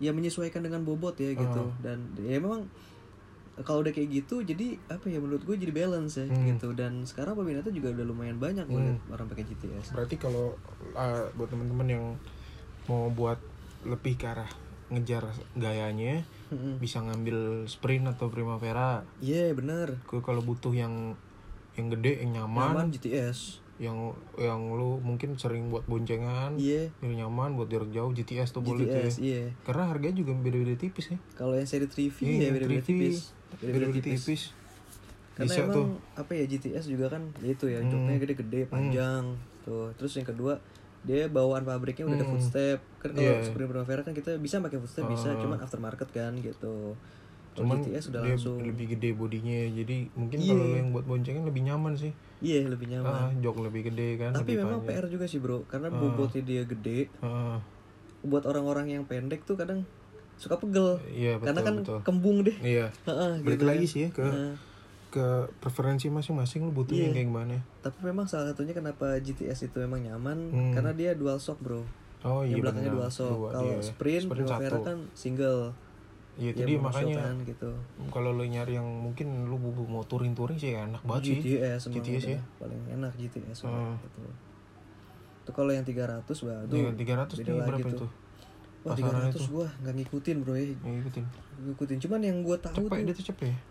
ya menyesuaikan dengan bobot ya gitu. Dan ya memang kalau udah kayak gitu jadi apa ya, menurut gue jadi balance ya gitu. Dan sekarang peminatnya juga udah lumayan banyak gue liat orang pakai GTS. Berarti kalau buat teman-teman yang mau buat lebih ke arah ngejar gayanya, bisa ngambil Sprint atau Primavera. Iya benar. Gue kalau butuh yang gede, yang nyaman GTS. Yang lu mungkin sering buat boncengan, yang nyaman buat jarak jauh, GTS tuh boleh tuh ya. Karena harganya juga beda-beda tipis ya. Kalau yang seri 3V ya beda-beda tipis. Beda-beda tipis. Karena bisa emang tuh. Apa ya, GTS juga kan ya itu ya, joknya gede-gede, panjang tuh. Terus yang kedua, dia bawaan pabriknya udah ada footstep. Kan kalau Sprint Primavera kan kita bisa pakai footstep, bisa, cuman aftermarket kan gitu. Cuman GTS udah dia langsung lebih gede bodinya, jadi mungkin kalau lo yang buat boncengan lebih nyaman sih. Iya, lebih nyaman. Jok lebih gede kan. Tapi memang PR juga sih bro, karena bobotnya dia gede. Buat orang-orang yang pendek tuh kadang suka pegel. Iya, betul, karena kan betul. kembung deh. Iya. Balik gitu lagi kan. sih ya ke preferensi masing-masing, lo butuh yang kayak gimana. Tapi memang salah satunya kenapa GTS itu memang nyaman, karena dia dual shock bro. Oh iya, yang belakangnya dual shock. Kalau Sprint Primavera kan single. Iya, jadi makanya kan, gitu. Kalau lo nyari yang mungkin lo mau touring sih enak banget sih. GTS ya paling enak GTS gitu. Itu kalau yang 300 tuh 300 beda berapa lagi itu? Tuh. Wah, 300 gua enggak ngikutin bro ya. Ngikutin. Cuman yang gua tahu cepet, dia tuh cepet ya.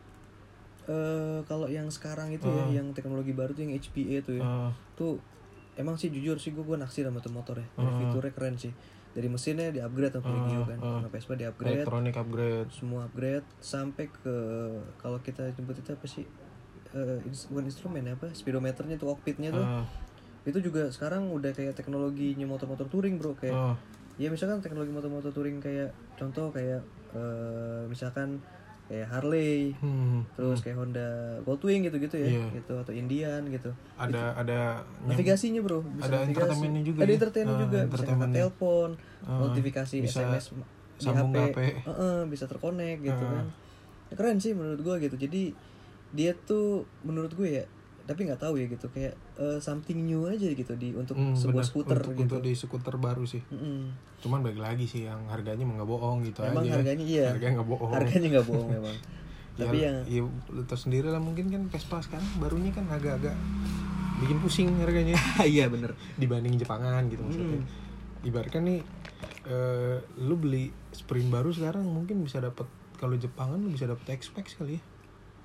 Kalau yang sekarang itu ya, yang teknologi baru tuh yang HPA tuh ya. Tuh emang sih jujur sih gua naksir sama tuh motor ya. Fiturnya keren sih. Dari mesinnya di-upgrade sama Piaggio kan. Sama Vespa di-upgrade. Elektronik upgrade. Semua upgrade sampai ke kalau kita jemput itu apa sih? Bukan instrumen apa? Speedometernya tuh, cockpitnya tuh. Itu juga sekarang udah kayak teknologinya motor-motor touring, bro, kayak ya misalkan teknologi motor-motor touring kayak contoh kayak misalkan kayak Harley, terus kayak Honda Goldwing gitu-gitu ya, gitu, atau Indian gitu. Ada navigasinya bro, bisa ada entertainmentnya juga. Ada entertainment juga, bisa ngangkat telepon, notifikasi bisa SMS di HP, bisa terkonek gitu kan. Keren sih menurut gue gitu. Jadi dia tuh menurut gue ya, tapi nggak tahu ya gitu, kayak something new aja gitu untuk sebuah skuter untuk, gitu. Untuk di skuter baru sih. Cuman balik lagi sih yang harganya nggak bohong gitu. Emang aja. Harganya nggak bohong memang. Tapi ya, ya lu tau sendiri lah, mungkin kan Vespa sekarang barunya kan agak-agak bikin pusing harganya. Iya bener. Dibanding Jepangan gitu maksudnya. Ibaratkan nih lu beli Sprint baru sekarang mungkin bisa dapat, kalau Jepangan lu bisa dapat X-Max kali ya.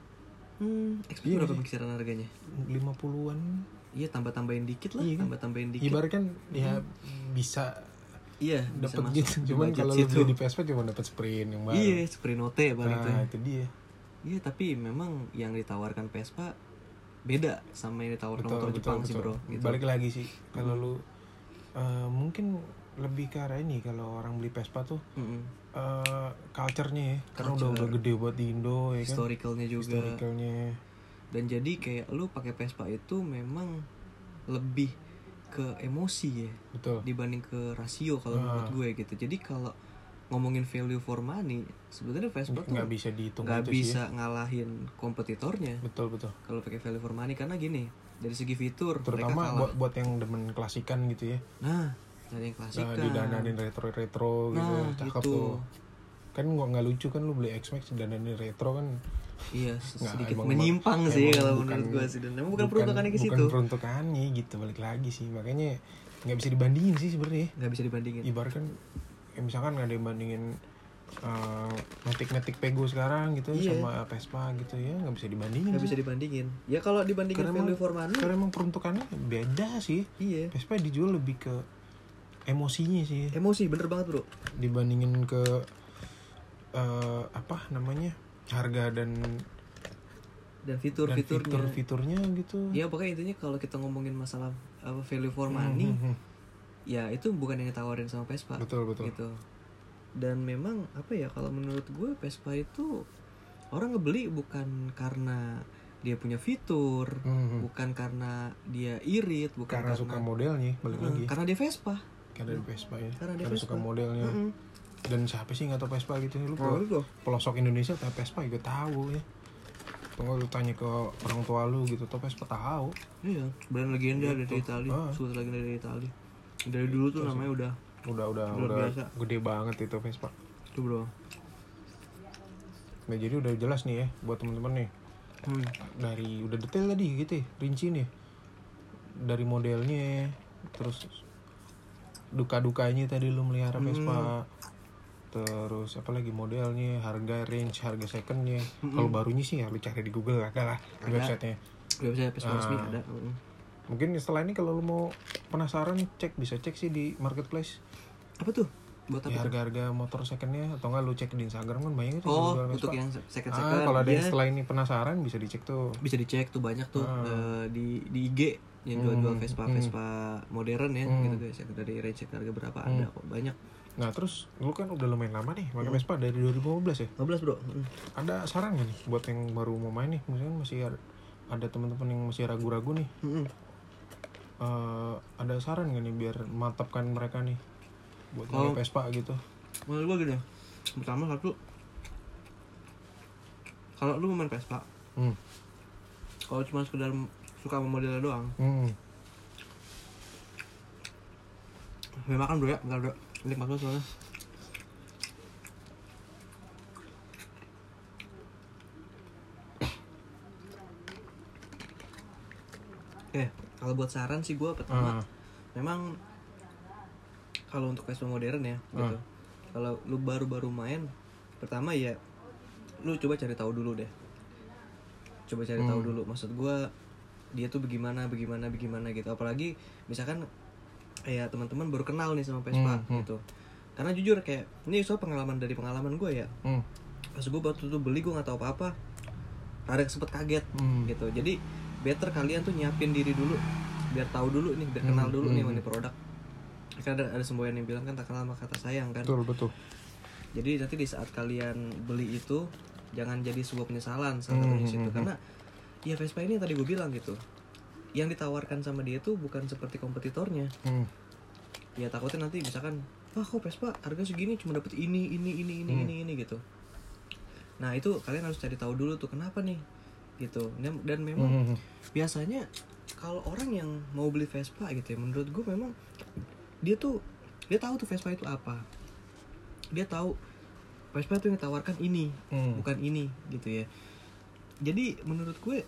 X-Max berapa kisaran harganya? 50-an. Iya, tambah-tambahin dikit lah, kan? tambah-tambahin dikit. Ibaratkan ya bisa dapat gitu. Cuman kalau lu beli di Vespa cuma dapat Sprint yang baru. Iya, Sprint OT paling tuh. Itu dia. Iya, tapi memang yang ditawarkan Vespa beda sama yang ditawarkan motor Jepang sih, bro. Gitu. Balik lagi sih, kalau lu mungkin lebih ke arah ini, kalau orang beli Vespa tuh culture-nya ya, karena udah gede buat di Indo ya kan. Historicalnya juga. Dan jadi kayak lu pakai Vespa itu memang lebih ke emosi ya. Betul. Dibanding ke rasio kalau menurut gue gitu. Jadi kalau ngomongin value for money, sebenarnya Vespa tuh nggak bisa dihitung, nggak bisa ngalahin kompetitornya. Betul. Kalau pakai value for money, karena gini, dari segi fitur terutama buat yang demen klasikan gitu ya. Nah, dari yang klasikan. Didananin retro gitu, cakep gitu. Tuh. Kan nggak lucu kan lu beli X-Max didananin retro kan. Iya, sedikit menyimpang sih kalau menurut gue sih. Dan emang bukan peruntukannya ke situ. Bukan peruntukannya gitu, balik lagi sih. Makanya nggak bisa dibandingin sih sebenarnya. Nggak bisa dibandingin. Ibaratkan misalkan nggak ada yang bandingin Matic Pego sekarang gitu sama Vespa gitu ya, nggak bisa dibandingin. Nggak bisa dibandingin. Ya kalau dibandingin karena value for money, karena emang peruntukannya beda sih. Iya. Vespa dijual lebih ke emosinya sih. Emosi, bener banget bro. Dibandingin ke harga dan fiturnya gitu. Ya pokoknya intinya kalau kita ngomongin masalah value for money, ya itu bukan yang ditawarin sama Vespa. Betul. Gitu. Dan memang kalau menurut gue Vespa itu orang ngebeli bukan karena dia punya fitur, bukan karena dia irit, bukan karena suka modelnya, balik lagi. Karena dia Vespa. Karena dia Vespa ya. Karena suka modelnya. Dan siapa sih nggak tahu Vespa gitu? Lu pelosok Indonesia tahu Vespa juga tahu ya. Kalau lu tanya ke orang tua lu gitu, tahu Vespa tahu. Iya, brand legenda gitu. Dari Italia, skuter legenda dari Italia. Dari dulu tuh namanya udah biasa. Gede banget itu Vespa. Tuh bro. Nah jadi udah jelas nih ya buat temen-temen nih. Dari udah detail tadi gitu ya, rinci nih. Dari modelnya, terus duka-dukanya tadi lu melihara Vespa. Terus apa lagi modelnya, harga range, harga secondnya. Kalau barunya sih ya lu cari di Google ada lah di websitenya. Website Vespa resmi ada. Mungkin setelah ini kalau lu mau penasaran bisa cek sih di marketplace. Apa tuh? Buat apa? Ya, harga-harga motor secondnya atau enggak lu cek di Instagram kan banyak tuh. Oh, untuk yang second. Kalau ada yang setelah ini penasaran bisa dicek tuh. Bisa dicek tuh banyak tuh di IG yang jual-jual Vespa modern ya gitu guys. Yang dari range harga berapa ada kok banyak. Nah terus lu kan udah lumayan lama nih pakai Vespa dari 2015 ya? 15 bro. Ada saran gak nih buat yang baru mau main nih? Misalnya masih ada teman-teman yang masih ragu-ragu nih. Ada saran gak nih biar mantapkan mereka nih buat main Vespa gitu? Menurut gua gini, pertama satu, kalau lu main Vespa, kalau cuma sekedar suka sama modelnya doang, makan bro ya, bentar bro, ini makan soalnya. Kalau buat saran sih gue pertama, memang kalau untuk Vespa modern ya, gitu. Kalau lu baru-baru main, pertama ya, lu coba cari tahu dulu deh. Coba cari tahu dulu, maksud gue dia tuh bagaimana gitu. Apalagi misalkan kayak teman-teman baru kenal nih sama Vespa gitu. Karena jujur kayak ini soal pengalaman gue ya. Pas gue waktu itu beli gue nggak tahu apa-apa, rada sempet kaget gitu. Jadi better kalian tuh nyiapin diri dulu, biar tahu dulu nih, biar kenal dulu nih mana produk. Karena ada semboyan yang bilang kan tak kenal maka tak sayang kan. Betul. Jadi nanti di saat kalian beli itu jangan jadi sebuah penyesalan salah satunya situ. Karena ya Vespa ini yang tadi gue bilang gitu, yang ditawarkan sama dia tuh bukan seperti kompetitornya. Ya takutnya nanti misalkan, wah kok Vespa harga segini cuma dapet ini gitu. Nah itu kalian harus cari tahu dulu tuh kenapa nih gitu. Dan memang biasanya kalau orang yang mau beli Vespa gitu ya, menurut gue memang dia tahu tuh Vespa itu apa. Dia tahu Vespa itu yang ditawarkan ini, bukan ini gitu ya. Jadi menurut gue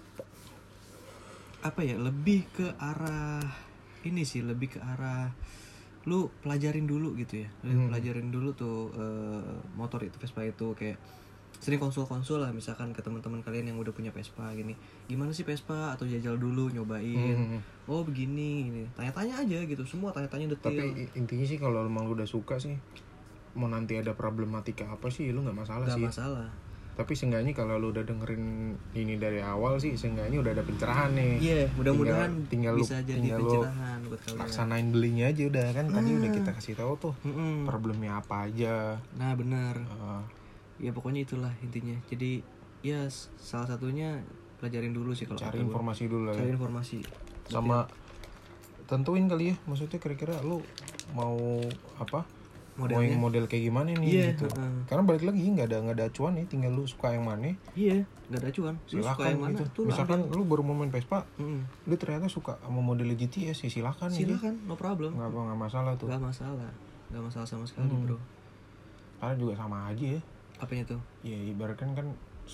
apa ya, lebih ke arah ini sih, lebih ke arah lu pelajarin dulu gitu ya. Pelajarin dulu tuh motor itu, Vespa itu, kayak sering konsul lah misalkan ke teman-teman kalian yang udah punya Vespa gini, gimana sih Vespa, atau jajal dulu nyobain. Oh begini ini, tanya-tanya aja gitu, semua tanya-tanya detail. Tapi intinya sih kalau emang lu udah suka sih, mau nanti ada problematika apa sih lu nggak masalah. Tapi seenggaknya kalau lu udah dengerin ini dari awal sih, seenggaknya udah ada pencerahan nih. Iya, mudah-mudahan tinggal bisa jadi pencerahan buat kalian. Laksanain belinya aja udah kan. Tadi udah kita kasih tahu tuh problemnya apa aja. Nah benar. Ya pokoknya itulah intinya. Jadi ya salah satunya pelajarin dulu sih kalau cari informasi dulu lah. Cari informasi. Sama tentuin kali ya, maksudnya kira-kira lu mau apa? Modelnya? Mau yang model kayak gimana nih gitu. Karena balik lagi nggak ada acuan nih, tinggal lu suka yang mana. Iya, nggak ada acuan. Silakan gitu. Misalkan lu baru mau main Vespa, lu ternyata suka sama model GTS, ya silakan. No problem. Nggak masalah tuh. Nggak masalah sama sekali bro. Karena juga sama aja ya. Apanya tuh? Ya ibaratkan kan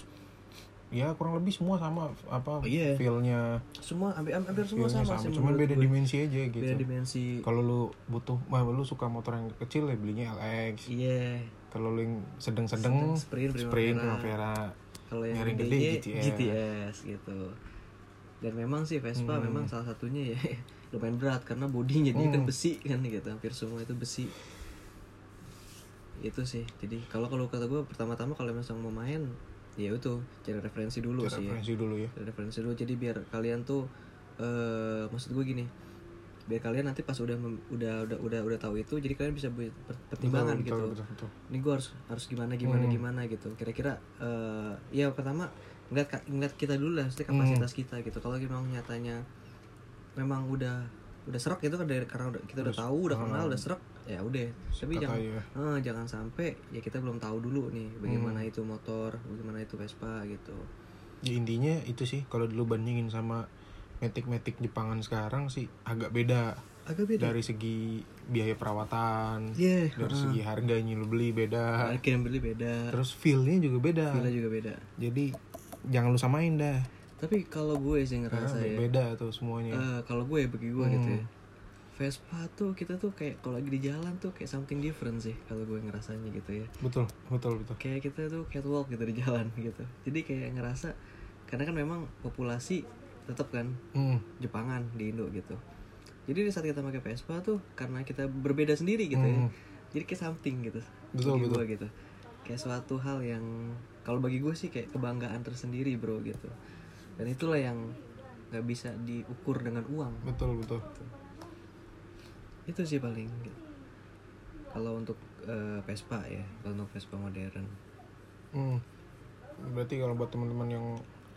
ya kurang lebih semua sama apa feel-nya. Semua hampir semua sama sih. Cuman beda dimensi aja gitu. Beda dimensi. Kalau lu butuh, lu suka motor yang kecil ya belinya LX. Iya. Kalau lu yang sedang Sprint Primavera. Kalau yang gede GTS gitu. Dan memang sih Vespa memang salah satunya ya lumayan berat karena bodinya dia kan besi kan gitu. Hampir semua itu besi. Itu sih. Jadi kalau kata gue pertama-tama kalau misalnya mau main ya itu cari referensi dulu sih. Referensi dulu jadi biar kalian tuh maksud gue gini, biar kalian nanti pas udah tahu itu jadi kalian bisa pertimbangan betul. Ini gue harus gimana gitu. Kira-kira ya pertama ngeliat kita dulu lah, mesti kapasitas kita gitu. Kalau memang nyatanya memang udah serak gitu kan, karena kita udah tahu, udah kenal, udah serak, ya udah. Tapi jangan sampai ya kita belum tahu dulu nih bagaimana itu motor, bagaimana itu Vespa gitu. Ya intinya itu sih, kalau dulu bandingin sama Matic Jepangan sekarang sih agak beda. Agak beda. Dari segi biaya perawatan, Iya. dari segi harganya lu beli beda. Harga yang beli beda. Terus feel-nya juga beda. Feel-nya juga beda. Jadi jangan lu samain dah. Tapi kalau gue sih ngerasa ya beda tuh semuanya. kalau gue bagi gue gitu ya, Vespa tuh kita tuh kayak kalau lagi di jalan tuh kayak something different sih kalau gue ngerasanya gitu ya. Betul. Kayak kita tuh catwalk gitu di jalan gitu. Jadi kayak ngerasa karena kan memang populasi tetap kan Jepangan di Indo gitu. Jadi di saat kita pakai Vespa tuh karena kita berbeda sendiri gitu ya. Jadi kayak something gitu. Betul. Gue gitu. Kayak suatu hal yang kalau bagi gue sih kayak kebanggaan tersendiri bro gitu. Dan itulah yang nggak bisa diukur dengan uang. Betul. Itu sih paling kalau untuk Vespa ya, kalau untuk Vespa modern. Berarti kalau buat teman-teman yang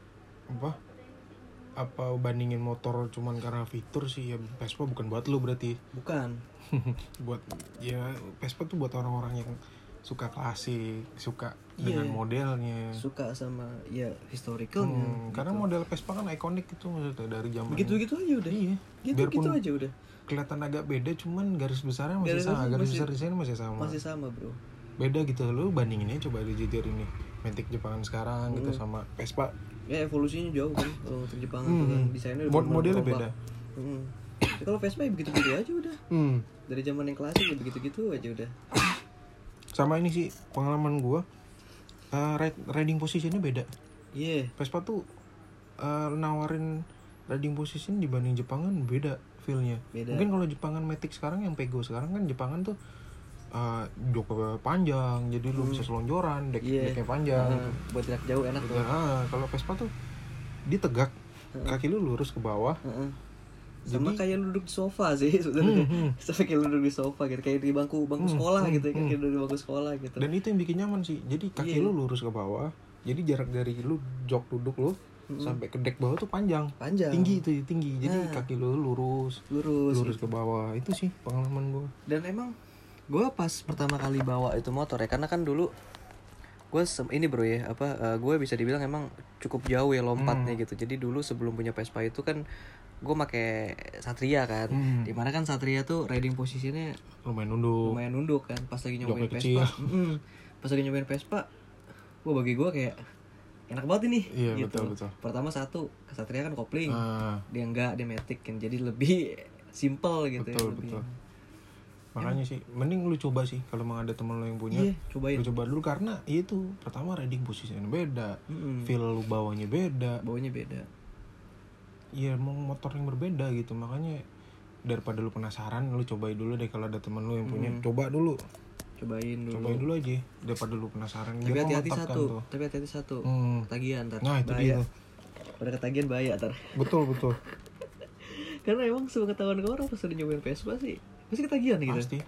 apa bandingin motor cuman karena fitur sih ya, Vespa bukan buat lu berarti. Bukan. Buat ya Vespa tuh buat orang-orang yang suka klasik, suka dengan modelnya, suka sama ya historicalnya. Karena model Vespa kan ikonik itu maksudnya dari zaman. Begitu aja udah. Iya. Gitu aja udah. Kelihatan agak beda, cuman garis besarnya masih sama. Garis besar desainnya masih sama. Masih sama bro. Beda gitu, lu bandinginnya coba dijajir ini Matic Jepangan sekarang gitu sama Vespa. Ya evolusinya jauh kan kalau untuk Jepangan tuh kan desainnya modelnya beda. Ya, kalau Vespa ya begitu-begitu aja udah. Dari zaman yang klasik ya begitu-gitu aja udah. Sama ini sih pengalaman gue, riding positionnya beda. Iya. Vespa tuh nawarin riding position dibanding Jepangan beda feelnya. Mungkin kalau Jepangan Matic sekarang yang Pego sekarang kan Jepangan tuh joknya panjang, jadi lu bisa selonjoran, deknya panjang, buat jarak jauh enak tuh. Kalau Vespa tuh dia tegak, kaki lu lurus ke bawah. Sama kayak lu duduk di sofa sih sebenarnya. Sama kayak lu duduk di sofa gitu, kayak di bangku sekolah gitu, kayak duduk di bangku sekolah gitu. Dan itu yang bikin nyaman sih. Jadi kaki lu lurus ke bawah, jadi jarak dari lu jok duduk lu sampai ke dek bawah tuh panjang. Tinggi. Jadi kaki lu lurus ke bawah. Itu sih pengalaman gua. Dan emang gue pas pertama kali bawa itu motor ya, karena kan dulu gue ini bro ya gue bisa dibilang emang cukup jauh ya lompatnya gitu. Jadi dulu sebelum punya Vespa itu kan gue pakai Satria kan, dimana kan Satria tuh riding posisinya lumayan nunduk kan. Pas lagi nyobain Vespa, bagi gue kayak enak banget ini. Iya, gitu. betul. Pertama satu Satria kan kopling, dia Matic kan, jadi lebih simple gitu. Betul. Makanya sih mending lu coba sih kalau emang ada teman lu yang punya. Cobain. Lu coba dulu karena itu pertama riding position beda, feel lu bawahnya beda. Iya, mau motor yang berbeda gitu. Makanya daripada lu penasaran, lu cobain dulu deh kalau ada temen lu yang punya. Cobain dulu aja daripada lu penasaran. Tapi hati-hati satu. Ketagihan ntar. Nah, itu dia. Pada ketagihan bahaya ntar. Betul. Karena emang sepengetahuan gue orang pas udah nyobain Vespa sih pasti ketagihan gitu. Pasti.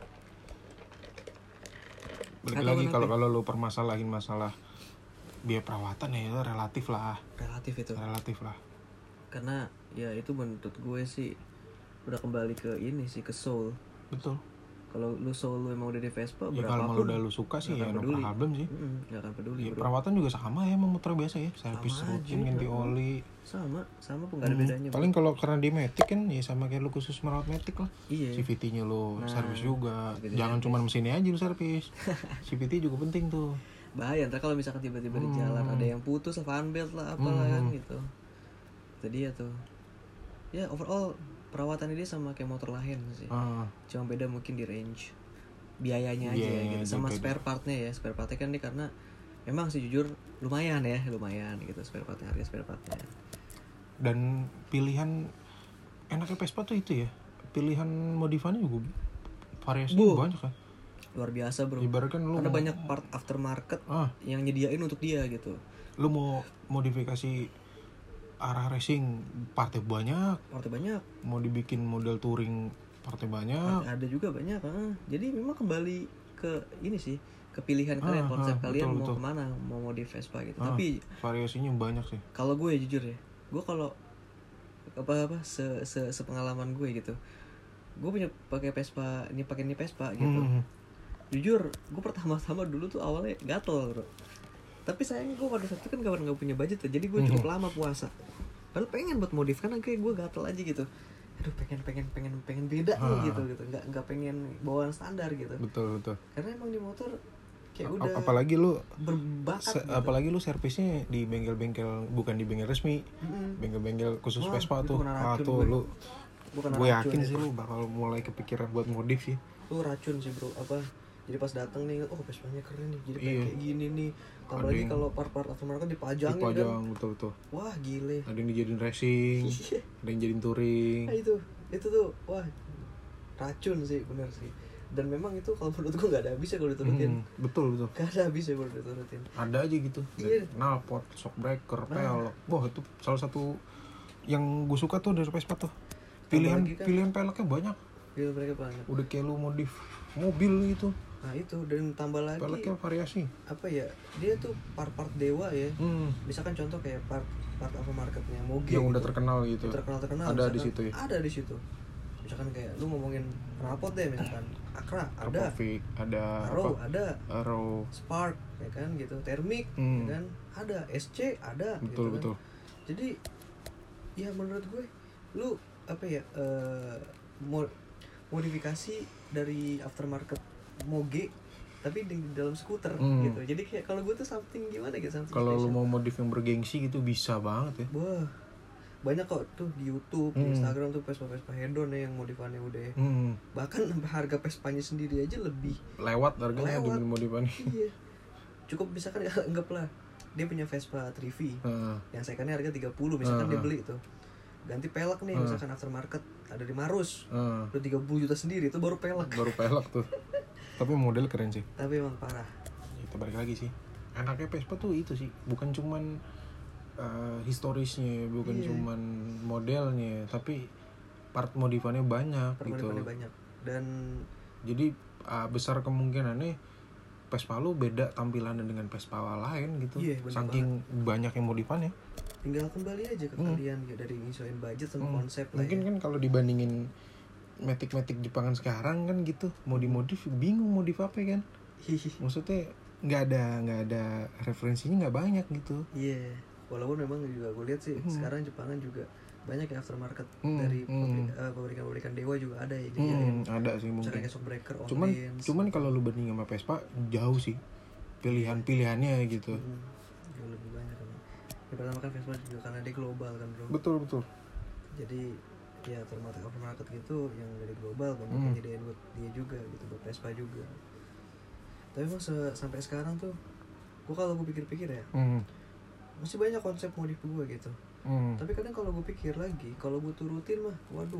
Balik lagi kalau lu permasalahin masalah biaya perawatan ya itu relatif lah. Relatif lah. Karena ya itu menurut gue sih udah kembali ke ini sih, ke soul. Betul. Kalau lu soul lu emang udah di Vespa ya, kalau udah lu suka sih ya no problem sih. Gak akan peduli. Ya, perawatan juga sama ya sama motor biasa ya. Servis rutin, ganti oli. Sama pun gak ada bedanya. Paling kalau karena di Matic kan ya sama kayak lu khusus merawat Matic lah. Iya. CVT-nya lu servis juga. Jangan cuma mesinnya aja lu servis. CVT juga penting tuh. Bahaya ntar kalau misalkan tiba-tiba di jalan ada yang putus lah, fan belt lah apalah kan gitu. Jadi ya tuh. Ya overall perawatan ini sama kayak motor lain sih. Cuma beda mungkin di range biayanya aja gitu. Sama beda. Spare partnya kan nih karena memang sih jujur lumayan gitu harga spare partnya. Dan pilihan enaknya Vespa tuh itu ya, pilihan modifannya juga variasinya banyak kan. Luar biasa bro. Ibaratkan lu karena banyak part aftermarket yang nyediain untuk dia gitu. Lu mau modifikasi arah racing partnya banyak. Mau dibikin model touring partnya banyak. Ada juga banyak. Jadi memang kembali ke ini sih, ke pilihan kalian, konsep kalian betul. Mau kemana, mau modif Vespa gitu. Tapi variasinya banyak sih. Kalau gue jujur ya, gue kalau sepengalaman gue gitu, gue punya pakai Vespa gitu. Jujur, gue pertama-tama dulu tuh awalnya gatel bro. Tapi sayangnya gue pada saat itu kan gak punya budget ya, jadi gue cukup lama puasa. Padahal pengen buat modif, karena kayak gue gatel aja gitu. aduh pengen beda nih gitu nggak pengen bawaan standar gitu. Betul Karena emang di motor kayak udah apalagi lu berbakat gitu. apalagi lu servisnya di bengkel-bengkel, bukan di bengkel resmi, bengkel-bengkel khusus Vespa tuh. Tuh lu gue yakin sih lu bakal mulai kepikiran buat modif sih. Lu racun sih bro, apa jadi pas datang nih, oh Vespanya keren nih, jadi kayak gini nih. Tambah lagi kalau part-part aftermarket dipajangin kan. Betul. Wah gile. Ada yang dijadiin racing, ada yang jadiin touring. Nah, itu tuh wah racun sih, bener sih. Dan memang itu kalau menurut gue nggak ada habisnya kalau diturutin. Betul. Gak ada habisnya kalau diturutin. Ada aja gitu. Knalpot, shock breaker, pelek. Wah itu salah satu yang gue suka tuh dari Vespa tuh. Pilihan peleknya banyak. Pilihan peleknya banyak. Udah kayak lu modif mobil gitu. Nah itu, dan tambah lagi peleknya variasi. Apa ya, dia tuh part-part dewa ya. Misalkan contoh kayak part aftermarketnya Moge yang gitu. udah terkenal gitu. Terkenal ada di situ ya. Ada di situ. Misalkan kayak lu ngomongin knalpot deh, misalkan Acra ada, ada Arrow, Spark ya kan gitu, Thermic ya kan ada, SC ada. Betul. Jadi ya menurut gue lu apa ya, modifikasi dari aftermarket Moge tapi di dalam skuter gitu. Jadi kayak kalau gue tuh something gimana gitu, kalau lu mau modif yang bergengsi gitu bisa banget ya. Wah banyak kok tuh di YouTube, di Instagram tuh Vespa hedon ya yang modifannya udah bahkan sampai harga Vespanya sendiri aja lebih lewat harganya demi modifannya. Iya. Cukup misalkan anggaplah dia punya Vespa Trivi yang sekarang harga 30, misalkan dia beli itu ganti pelek nih, misalkan aftermarket ada di Marus udah 30 juta sendiri, itu baru pelek tuh. Tapi model keren sih, tapi emang parah. Itu balik lagi sih, enaknya Vespa tuh itu sih, bukan cuman historisnya, bukan cuman modelnya, tapi part modifannya banyak gitu. Dan jadi besar kemungkinannya Vespa lu beda tampilannya dengan Vespa lain gitu. Saking banyak yang modifannya. Tinggal kembali aja ke kalian ya, dari nyesuaiin budget sama konsep lah. Mungkin kan kalau dibandingin Matic Jepangan sekarang kan gitu, mau dimodif bingung modif apa kan. Maksudnya nggak ada referensinya, nggak banyak gitu. Iya. Walaupun memang juga gue lihat sih sekarang Jepangan juga banyak ya aftermarket dari pabrikan dewa juga ada ya. Jadi ada sih mungkin. Shock breaker, cuman kalau lu bandingin sama Vespa jauh sih pilihannya gitu. Jauh lebih banyak kan. Yang pertama kan Vespa juga karena dia global kan bro. Betul. Jadi ya aftermarket gitu yang dari global banyak yang jadiin buat dia juga gitu, buat Vespa juga. Tapi emang sampai sekarang tuh gue kalau gue pikir-pikir ya masih banyak konsep modif gue gitu. Tapi kadang kalau gue pikir lagi, kalau gue turutin mah waduh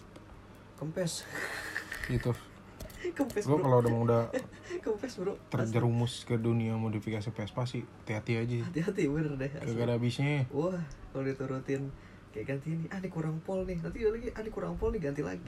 kempes gitu. Kempes bro. Gue kalau udah kempes bro, terjerumus ke dunia modifikasi Vespa sih hati-hati aja. Hati-hati bener deh. Gak ada habisnya. Wah kalau diturutin kayak ganti ini, ini kurang pol nih, nanti lagi ini kurang pol nih, ganti lagi.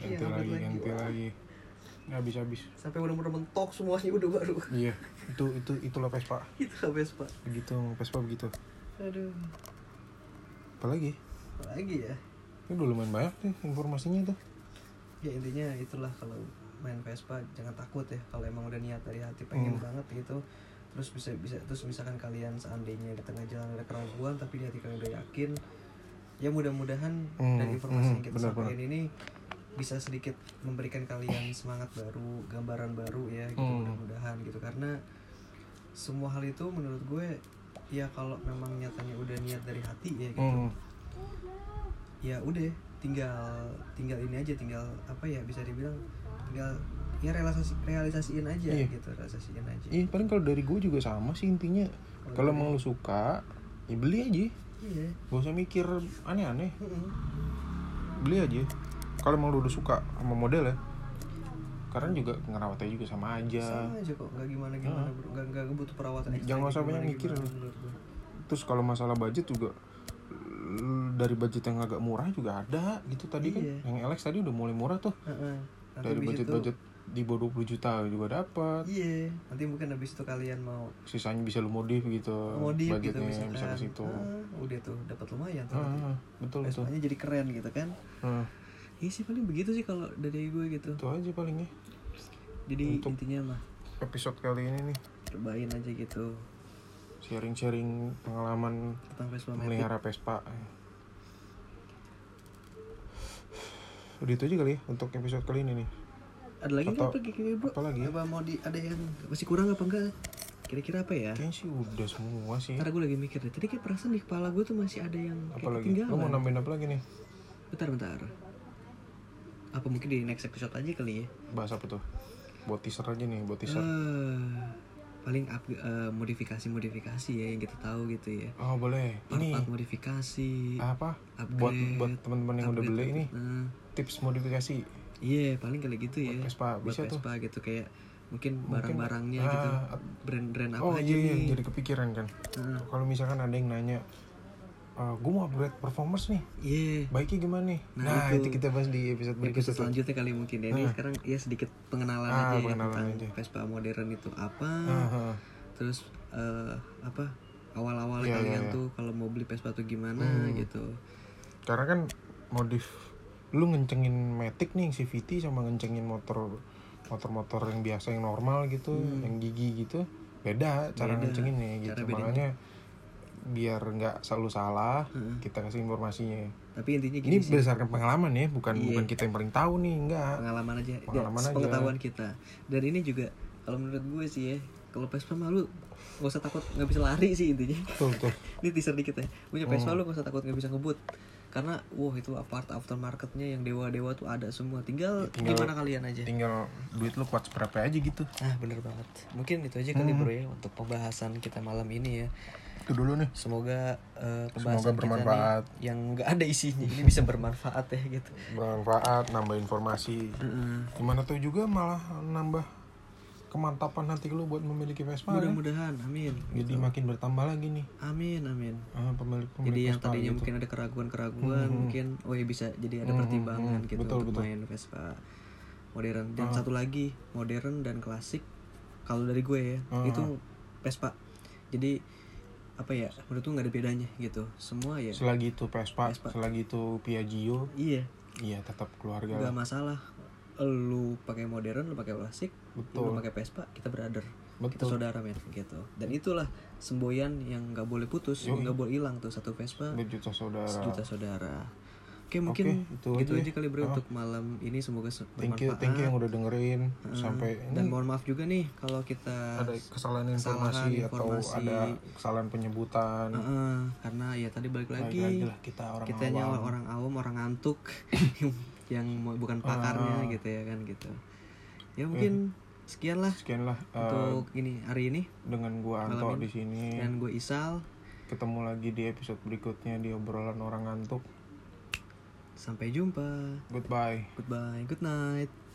Nggak habis. Sampai benar-benar mentok semuanya udah baru. Iya, itulah Vespa. Itulah Vespa. Vespa begitu. Aduh. Apalagi ya? Ini udah lumayan banyak nih informasinya tuh. Ya intinya itulah, kalau main Vespa jangan takut ya. Kalau emang udah niat dari hati pengen banget gitu, terus bisa terus misalkan kalian seandainya di tengah jalan ada keraguan tapi di hati kalian udah yakin, ya mudah-mudahan dari informasi yang kita sampaikan ini bisa sedikit memberikan kalian semangat baru, gambaran baru ya gitu. Mudah-mudahan gitu, karena semua hal itu menurut gue ya kalau memang nyatanya udah niat dari hati ya gitu, ya udah tinggal ini aja, tinggal apa ya, bisa dibilang tinggal ya realisasiin aja gitu, realisasiin aja. Iya, paling kalau dari gue juga sama sih intinya. Kalau emang lu suka, ya beli aja. Iya. Gak usah mikir aneh-aneh. Beli aja. Kalau emang lu udah suka sama model ya. Karena juga ngerawatnya juga sama aja. Sama aja kok, nggak gimana bro. Nggak butuh perawatan ekstra. Jangan usah banyak mikir. Terus kalau masalah budget juga, dari budget yang agak murah juga ada gitu tadi kan. Yang LX tadi udah mulai murah tuh. Dari budget di bawah 20 juta juga dapat. Iya. Nanti mungkin habis itu kalian mau sisanya bisa lu modif gitu. Modif budgetnya gitu bisa ke situ. Udah tuh dapat lumayan tuh. Betul. Vespa-nya jadi keren gitu kan. Iya sih, paling begitu sih kalau dari gue gitu. Itu aja palingnya. Jadi untuk intinya mah episode kali ini nih, cobain aja gitu, sharing pengalaman tentang Vespa melihara Vespa. Udah itu aja kali ya untuk episode kali ini nih. Ada lagi Atau apa bro? apa lagi? Apa mau ada yang masih kurang apa enggak? Kira-kira apa ya? Kayaknya sih udah semua sih. Ntar gue lagi mikir deh. Tadi kayak perasaan di kepala gue tuh masih ada yang Apa kayak lagi? ketinggalan. Lo mau nambahin apa lagi nih? Bentar. Apa mungkin di next episode aja kali ya? Bahas apa tuh? Buat teaser aja nih, buat teaser. Paling modifikasi ya yang kita tahu gitu ya. Oh boleh. Part-part modifikasi. Apa? Upgrade, Buat teman-teman yang udah beli ini. Tips modifikasi. Iya, paling kayak gitu ya. Vespa bisa tuh. Vespa gitu kayak mungkin barang-barangnya gitu. Brand-brand apa aja iya, nih. jadi kepikiran kan. Kalau misalkan ada yang nanya, gue mau upgrade performance nih. Iya. Baiknya gimana nih? Nah itu kita bahas di episode berikutnya. Episode selanjutnya kali mungkin ya. Ini sekarang ya sedikit pengenalan aja ya tentang Vespa modern itu apa. Terus apa awal-awal kalian tuh kalau mau beli Vespa tuh gimana gitu. Karena kan modif lu ngencengin Matic nih CVT sama ngencengin motor yang biasa yang normal gitu, yang gigi gitu. Beda cara ngencenginnya gitu. Makanya biar nggak selalu salah, kita kasih informasinya. Tapi intinya gini ini berdasarkan pengalaman ya, bukan kita yang paling tahu nih, enggak. Pengalaman aja. Pengetahuan kita. Dan ini juga kalau menurut gue sih ya, kalau Vespa mah lu gak usah takut nggak bisa lari sih intinya. Betul. Ini teaser dikit ya. Punya Vespa lu gak usah takut nggak bisa ngebut. Karena itu aftermarketnya yang dewa-dewa tuh ada semua. Tinggal gimana kalian aja. Tinggal duit lu kuat seberapa aja gitu. Bener banget. Mungkin itu aja kali bro ya untuk pembahasan kita malam ini ya. Itu dulu nih. Semoga pembahasan bermanfaat. Kita nih yang nggak ada isinya ini bisa bermanfaat ya gitu. Bermanfaat, nambah informasi. Gimana tuh juga malah nambah kemantapan hati lu buat memiliki Vespa. Mudah-mudahan, amin. Jadi makin bertambah lagi nih. Amin. Pemilik jadi yang Vespa tadinya gitu. mungkin ada keraguan-keraguan, mungkin bisa jadi ada pertimbangan gitu betul. main Vespa modern. Dan satu lagi, modern dan klasik. Kalau dari gue ya, itu Vespa. Jadi apa ya, menurut gue nggak ada bedanya gitu. Semua ya. Selagi itu Vespa. Selagi itu Piaggio. Iya, tetap keluarga. Nggak masalah. Lu pakai modern, lu pakai klasik, betul. Lu pakai Vespa, kita brother. Betul. Kita saudara men gitu. Dan itulah semboyan yang nggak boleh putus, nggak boleh hilang tuh satu Vespa. Sejuta saudara. Oke, mungkin gitu aja kali bro untuk malam ini, semoga bermanfaat. Thank you yang udah dengerin sampai dan mohon maaf juga nih kalau kita ada kesalahan informasi atau ada kesalahan penyebutan. Karena ya tadi balik lagi kita orang awam, orang ngantuk yang bukan pakarnya gitu ya kan gitu. Ya mungkin sekian lah untuk hari ini dengan gua Anto di sini dan gue Isal. Ketemu lagi di episode berikutnya di obrolan orang ngantuk. Sampai jumpa. Goodbye. Good night.